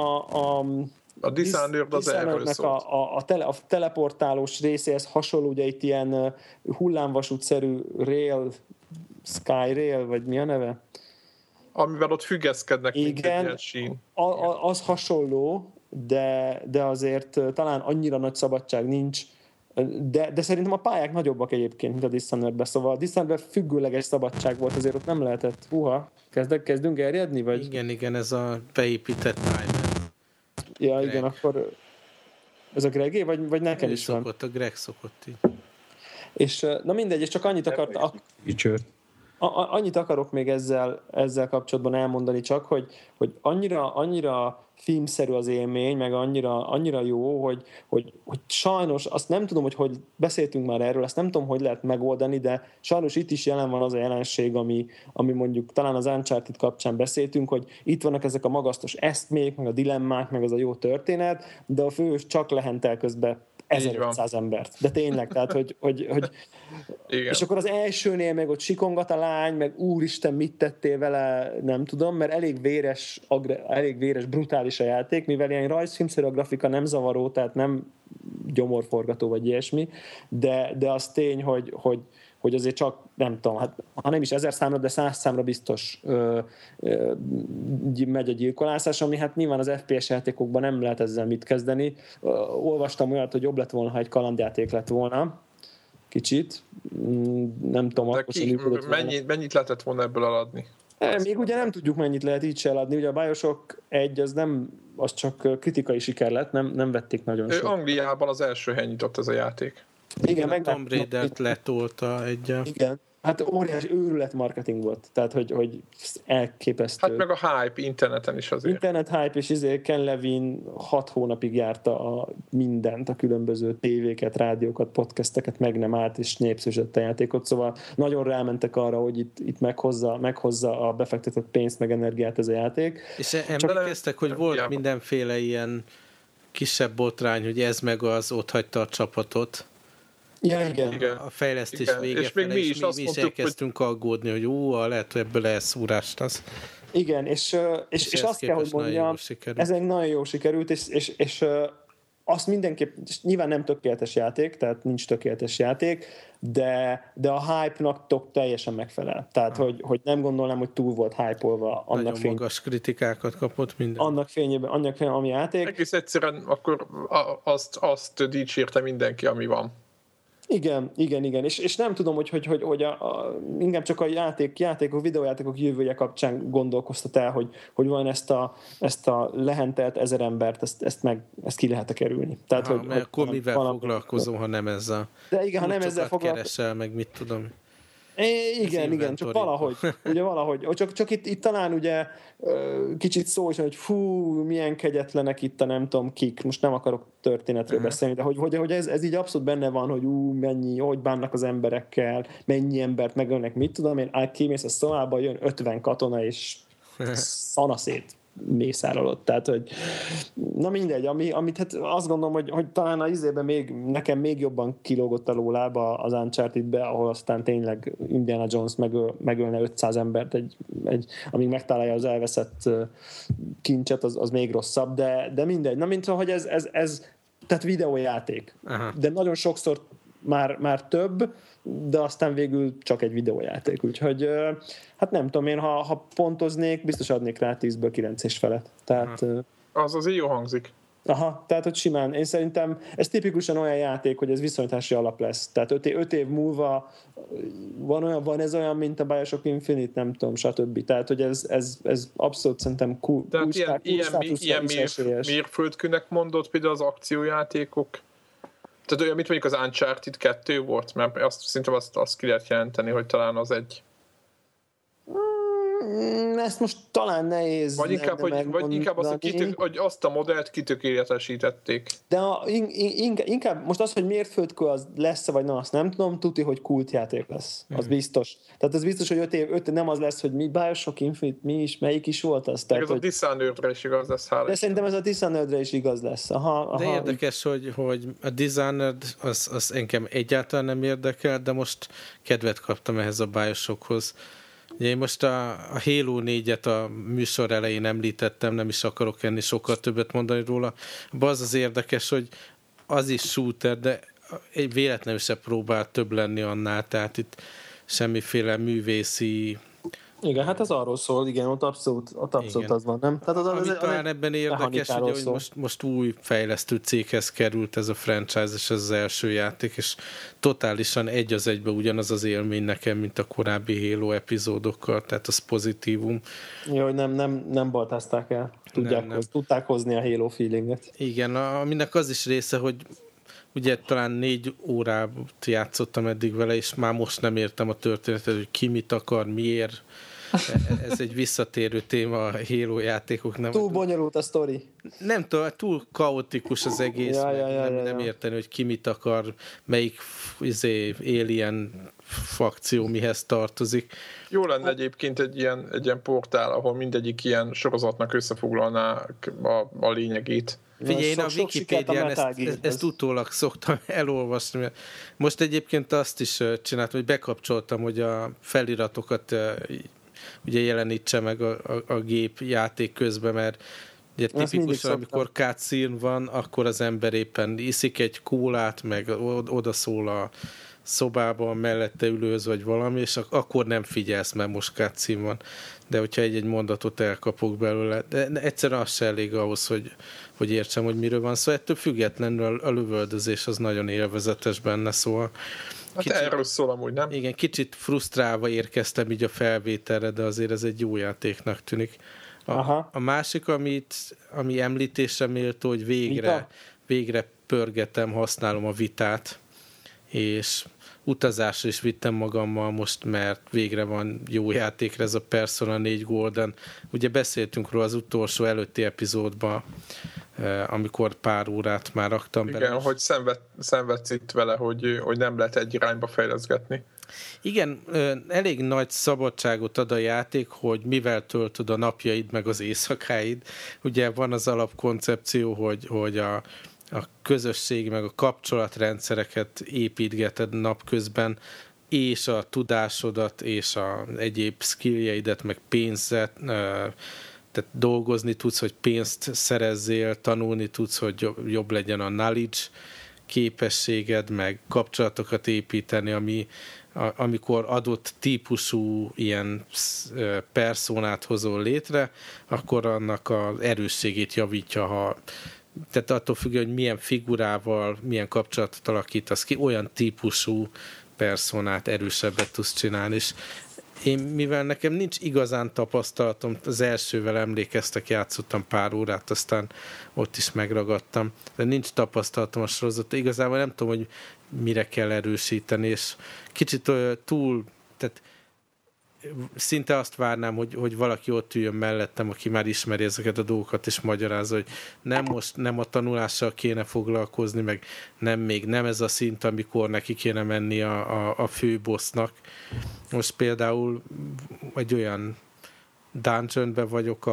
a Dishonored az erről szólt. A teleportálós részéhez hasonló, ugye itt ilyen hullámvasútszerű Sky Rail, vagy mi a neve? amivel ott függeszkednek, mint egy Igen, ilyen sín. az hasonló, de azért talán annyira nagy szabadság nincs, de szerintem a pályák nagyobbak egyébként, mint a Dishonored-ben, szóval a Dishonored-ben függőleges szabadság volt, azért ott nem lehetett, kezdünk erjedni? Vagy? Igen, ez a beépített timer. Ja, Greg. Igen, akkor ez a Gregé, vagy nekem is van? A Greg szokott így. És na mindegy, és csak annyit annyit akarok még ezzel kapcsolatban elmondani csak, hogy annyira filmszerű az élmény, meg annyira jó, hogy sajnos, azt nem tudom, hogy beszéltünk már erről, azt nem tudom, hogy lehet megoldani, de sajnos itt is jelen van az a jelenség, ami mondjuk talán az Uncharted kapcsán beszéltünk, hogy itt vannak ezek a magasztos eszmék, meg a dilemmák, meg az a jó történet, de a főhős csak lehentel közben 1500 embert. De tényleg, tehát, hogy és akkor az elsőnél meg ott sikongat a lány, meg úristen, mit tettél vele, nem tudom, mert elég véres, brutális a játék, mivel ilyen rajzfilmszerű a grafika, nem zavaró, tehát nem gyomorforgató vagy ilyesmi, de az tény, hogy azért csak, nem tudom, hát, ha nem is 1000 számra, de 100 számra biztos megy a gyilkolászás, ami hát nyilván az FPS játékokban nem lehet ezzel mit kezdeni. Olvastam olyat, hogy jobb lett volna, ha egy kalandjáték lett volna. Kicsit. Nem tudom, akkor sem működött volna. Mennyit lehetett volna ebből eladni? Még ugye nem tudjuk, mennyit lehet így se eladni. Ugye a Bioshock 1 az csak kritikai siker lett, nem vették nagyon sok. Angliában az első helyen nyitott ez a játék. Igen, meg Tomb Raider-t letolta egyel. Igen. Hát óriási őrület marketing volt, tehát hogy elképesztő. Hát meg a hype interneten is azért. Internet hype, és Ken Levine 6 hónapig járta a mindent, a különböző tévéket, rádiókat, podcasteket, meg nem állt, és népszerűsítette a játékot, szóval nagyon rámentek arra, hogy itt meghozza a befektetett pénzt, meg energiát ez a játék. És emlékeztek, hogy volt mindenféle ilyen kisebb botrány, hogy ez meg az ott hagyta a csapatot. Ja, igen. A fejlesztés vége és még mi is elkezdtünk aggódni, hogy lehet, hogy ebből elszúrást az. Igen, és azt kell, hogy mondjam, ezen nagyon jó sikerült, és azt mindenképp, nyilván nem tökéletes játék, tehát nincs tökéletes játék, de a hype-nak teljesen megfelel. Tehát, hogy nem gondolnám, hogy túl volt hype-olva. Nagyon magas kritikákat kapott minden. Annak fényében, ami játék. Egész egyszerűen akkor azt dicsérte mindenki, ami van. Igen. És nem tudom, hogy inkább csak a videójátékok jövője kapcsán gondolkoztat el, hogy van ezt a lehentelt 1000 embert, ezt ki lehet kerülni. Tehát, mert akkor mivel foglalkozom, ha nem ezzel. De igen, ha nem ezzel foglalkozom. Keresel, meg mit tudom. Igen, csak valahogy. Csak itt talán ugye kicsit szó is, hogy milyen kegyetlenek itt a nem tudom kik, most nem akarok történetről beszélni, de hogy ez így abszolút benne van, hogy hogy bánnak az emberekkel, mennyi embert megölnek, mit tudom én, kimész a szobába, jön 50 katona, és szanaszét mészárolott. Tehát, hogy na mindegy, amit hát azt gondolom, hogy talán az izében nekem még jobban kilógott a lólába az Uncharted-be, ahol aztán tényleg Indiana Jones megölne 500 embert, amíg megtalálja az elveszett kincset, az még rosszabb, de mindegy. Na, mint hogy ez tehát videójáték. Aha. De nagyon sokszor már több, de aztán végül csak egy videójáték. Úgyhogy hát nem tudom én, ha pontoznék, biztos adnék rá 10-ből 9 és felett. Tehát, az azért jó hangzik. Aha, tehát hogy simán. Én szerintem ez tipikusan olyan játék, hogy ez viszonyítási alap lesz. Tehát 5 év múlva van ez olyan, mint a Bioshock Infinite, nem tudom, stb. Tehát, hogy ez abszolút szerintem ilyen mérföldkőnek mondott például az akciójátékok. Tehát olyan, mit mondjuk az Uncharted 2 volt, mert szerintem azt ki lehet jelenteni, hogy talán az egy... Ezt most talán nehéz. Vagy inkább hogy azt a modellt kitökéletesítették. De inkább most az, hogy mérföldkő az lesz vagy nem, azt nem tudom, tuti, hogy kultjáték lesz. Az biztos. Tehát ez biztos, hogy 5 év nem az lesz, hogy mi Bioshock Infinite, melyik is volt az. Tehát, ez a Dishonored-re is igaz lesz. De szerintem ez a Dishonored-re is igaz lesz. Aha. De érdekes, hogy a Dishonored az engem egyáltalán nem érdekel, de most kedvet kaptam ehhez a Bioshockhoz. Én most a Halo 4-et a műsor elején említettem, nem is akarok enni sokkal többet mondani róla. Az érdekes, hogy az is shooter, de egy véletlenül se próbál több lenni annál, tehát itt semmiféle művészi Igen, hát ez arról szól, igen, ott abszolút az van, nem? Tehát ami talán ebben érdekes, ugye, hogy most új fejlesztő céghez került ez a franchise, és ez az első játék, és totálisan egy az egybe ugyanaz az élmény nekem, mint a korábbi Halo epizódokkal, tehát az pozitívum. Jó, hogy nem baltázták el. Tudták hozni a Halo feelinget. Igen, aminek az is része, hogy ugye talán 4 órát játszottam eddig vele, és már most nem értem a történetet, hogy ki mit akar, miért. Ez egy visszatérő téma a Halo játékoknak. Túl bonyolult a sztori. Nem tudom, túl kaotikus az egész, nem érteni, hogy ki mit akar, melyik alien fakció mihez tartozik. Jó lenne egyébként egy ilyen portál, ahol mindegyik ilyen sorozatnak összefoglalná a lényegét. Figyelj, én a Wikipédián ezt utólag szoktam elolvasni. Mert most egyébként azt is csináltam, hogy bekapcsoltam, hogy a feliratokat ugye jelenítse meg a gép játék közben, mert ugye tipikusan, amikor cutscene van, akkor az ember éppen iszik egy kólát, meg odaszól a szobában, mellette ülőz, vagy valami, és akkor nem figyelsz, mert most cutscene van. De hogyha egy mondatot elkapok belőle, de egyszerűen az se elég ahhoz, hogy értsem, hogy miről van szó. Szóval ettől függetlenül a lövöldözés az nagyon élvezetes benne, szóval kicsit, erről szól amúgy, nem? Igen, kicsit frusztrálva érkeztem így a felvételre, de azért ez egy jó játéknak tűnik. A másik, ami említésre méltó, hogy végre pörgetem, használom a vitát, és utazásra is vittem magammal most, mert végre van jó játékra ez a Persona 4 Golden. Ugye beszéltünk róla az utolsó előtti epizódban, amikor pár órát már raktam bele. Igen, hogy szenvedsz itt vele, hogy nem lehet egy irányba fejleszgetni. Igen, elég nagy szabadságot ad a játék, hogy mivel töltöd a napjaid meg az éjszakáid. Ugye van az alapkoncepció, hogy a közösség meg a kapcsolatrendszereket építgeted napközben, és a tudásodat, és a egyéb skilljeidet, meg pénzet, tehát dolgozni tudsz, hogy pénzt szerezzél, tanulni tudsz, hogy jobb legyen a knowledge képességed, meg kapcsolatokat építeni, amikor adott típusú ilyen personát hozol létre, akkor annak az erősségét javítja, tehát attól függően, hogy milyen figurával, milyen kapcsolatot alakítasz ki, olyan típusú personát erősebbet tudsz csinálni, és én, mivel nekem nincs igazán tapasztalatom, az elsővel emlékeztek, játszottam pár órát, aztán ott is megragadtam, de nincs tapasztalatom a sorozat, igazából nem tudom, hogy mire kell erősíteni, és kicsit túl, tehát szinte azt várnám, hogy valaki ott üljön mellettem, aki már ismeri ezeket a dolgokat, és magyarázza, hogy nem a tanulással kéne foglalkozni, meg nem ez a szint, amikor neki kéne menni a főbossnak. Most például egy olyan dungeonben vagyok,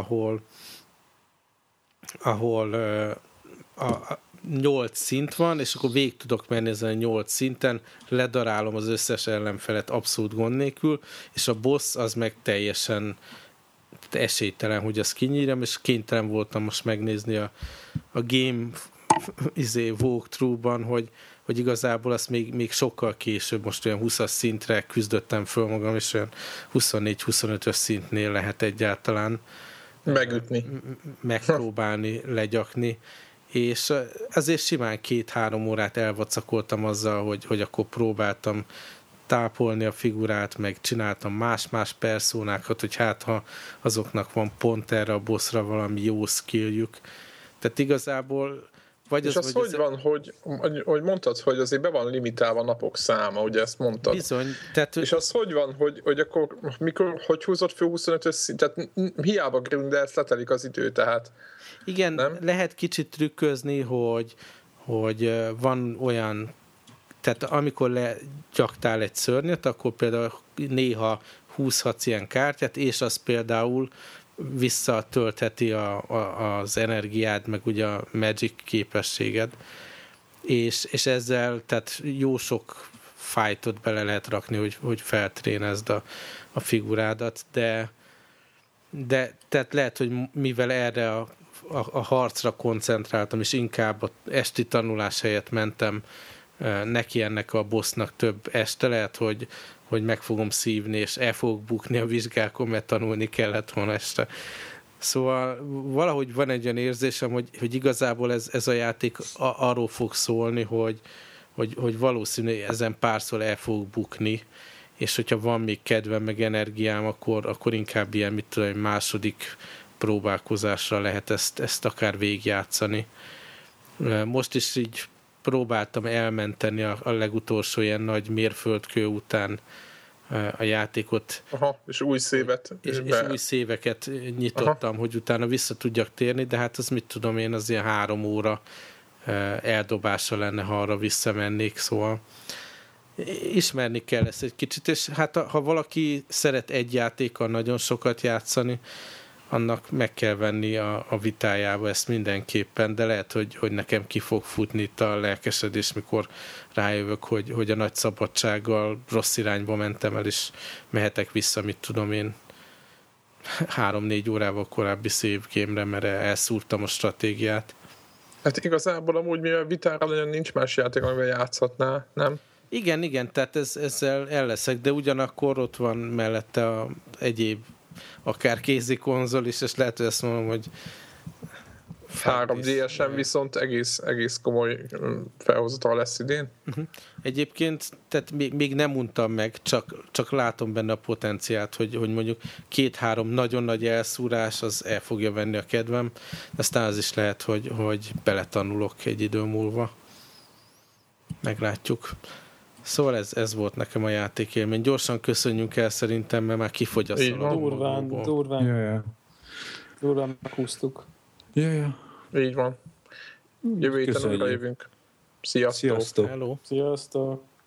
ahol 8 szint van, és akkor végig tudok menni ezen a 8 szinten, ledarálom az összes ellenfelet abszolút gond nélkül, és a boss az meg teljesen esélytelen, hogy azt kinyírjam, és kénytelen voltam most megnézni a game walkthrough-ban, hogy igazából azt még sokkal később, most olyan 20-as szintre küzdöttem föl magam, és olyan 24-25-ös szintnél lehet egyáltalán megütni, megpróbálni legyakni, és azért simán 2-3 órát elvacakoltam azzal, hogy akkor próbáltam tápolni a figurát, meg csináltam más personákat, hogy hát ha azoknak van pont erre a bossra valami jó skilljük. Tehát igazából vagy és az hogy van, hogy mondtad, hogy azért be van limitálva a napok száma, ugye ezt mondtad. Bizony. Tehát, és az hogy van, hogy akkor hogy húzott föl 25-ös szint? Tehát hiába grindelsz, letelik az idő, tehát igen, nem? Lehet kicsit trükközni, hogy van olyan, tehát amikor legyaktál egy szörnyet, akkor például néha húzhatsz ilyen kártyát, és az például visszatöltheti az energiád, meg ugye a magic képességed, és ezzel tehát jó sok fightot bele lehet rakni, hogy feltrénezd a figurádat, de tehát lehet, hogy mivel erre a harcra koncentráltam, és inkább a esti tanulás helyett mentem neki ennek a bossnak több este, lehet, hogy meg fogom szívni, és el fogok bukni a vizsgákon, mert tanulni kellett volna este. Szóval valahogy van egy olyan érzésem, hogy igazából ez a játék arról fog szólni, hogy valószínű ezen párszor el fogok bukni, és hogyha van még kedvem, meg energiám, akkor inkább ilyen, mit tudom, második próbálkozásra lehet ezt akár végigjátszani. Most is így próbáltam elmenteni a legutolsó ilyen nagy mérföldkő után a játékot. Aha, és új szévet. És új széveket nyitottam, hogy utána vissza tudjak térni, de hát az mit tudom én, az ilyen 3 óra eldobása lenne, ha arra visszamennék, szóval ismerni kell ezt egy kicsit, és hát ha valaki szeret egy játékkal nagyon sokat játszani, annak meg kell venni a vitájába ezt mindenképpen, de lehet, hogy nekem ki fog futni itt a lelkesedés, mikor rájövök, hogy a nagy szabadsággal rossz irányba mentem el, és mehetek vissza, mit tudom én, 3-4 órával korábbi save game-re, mert elszúrtam a stratégiát. Hát igazából amúgy mivel vitára nagyon nincs más játék, amivel játszhatnál, nem? Igen, tehát ezzel el leszek, de ugyanakkor ott van mellette egyéb akár kézi konzol is, és lehet, hogy azt mondom, hogy 3DS-en viszont egész komoly felhozatal lesz idén. Egyébként tehát még nem untam meg, csak látom benne a potenciált, hogy mondjuk 2-3 nagyon nagy elszúrás, az el fogja venni a kedvem, aztán az is lehet, hogy beletanulok egy idő múlva. Meglátjuk. Szóval ez volt nekem a játékélmény. Gyorsan köszönjünk el szerintem, mert már kifogy a szalad. Durván meghúztuk. Ja. Így van. Jövő héten újra jövünk. Sziasztok. Hello. Sziasztok.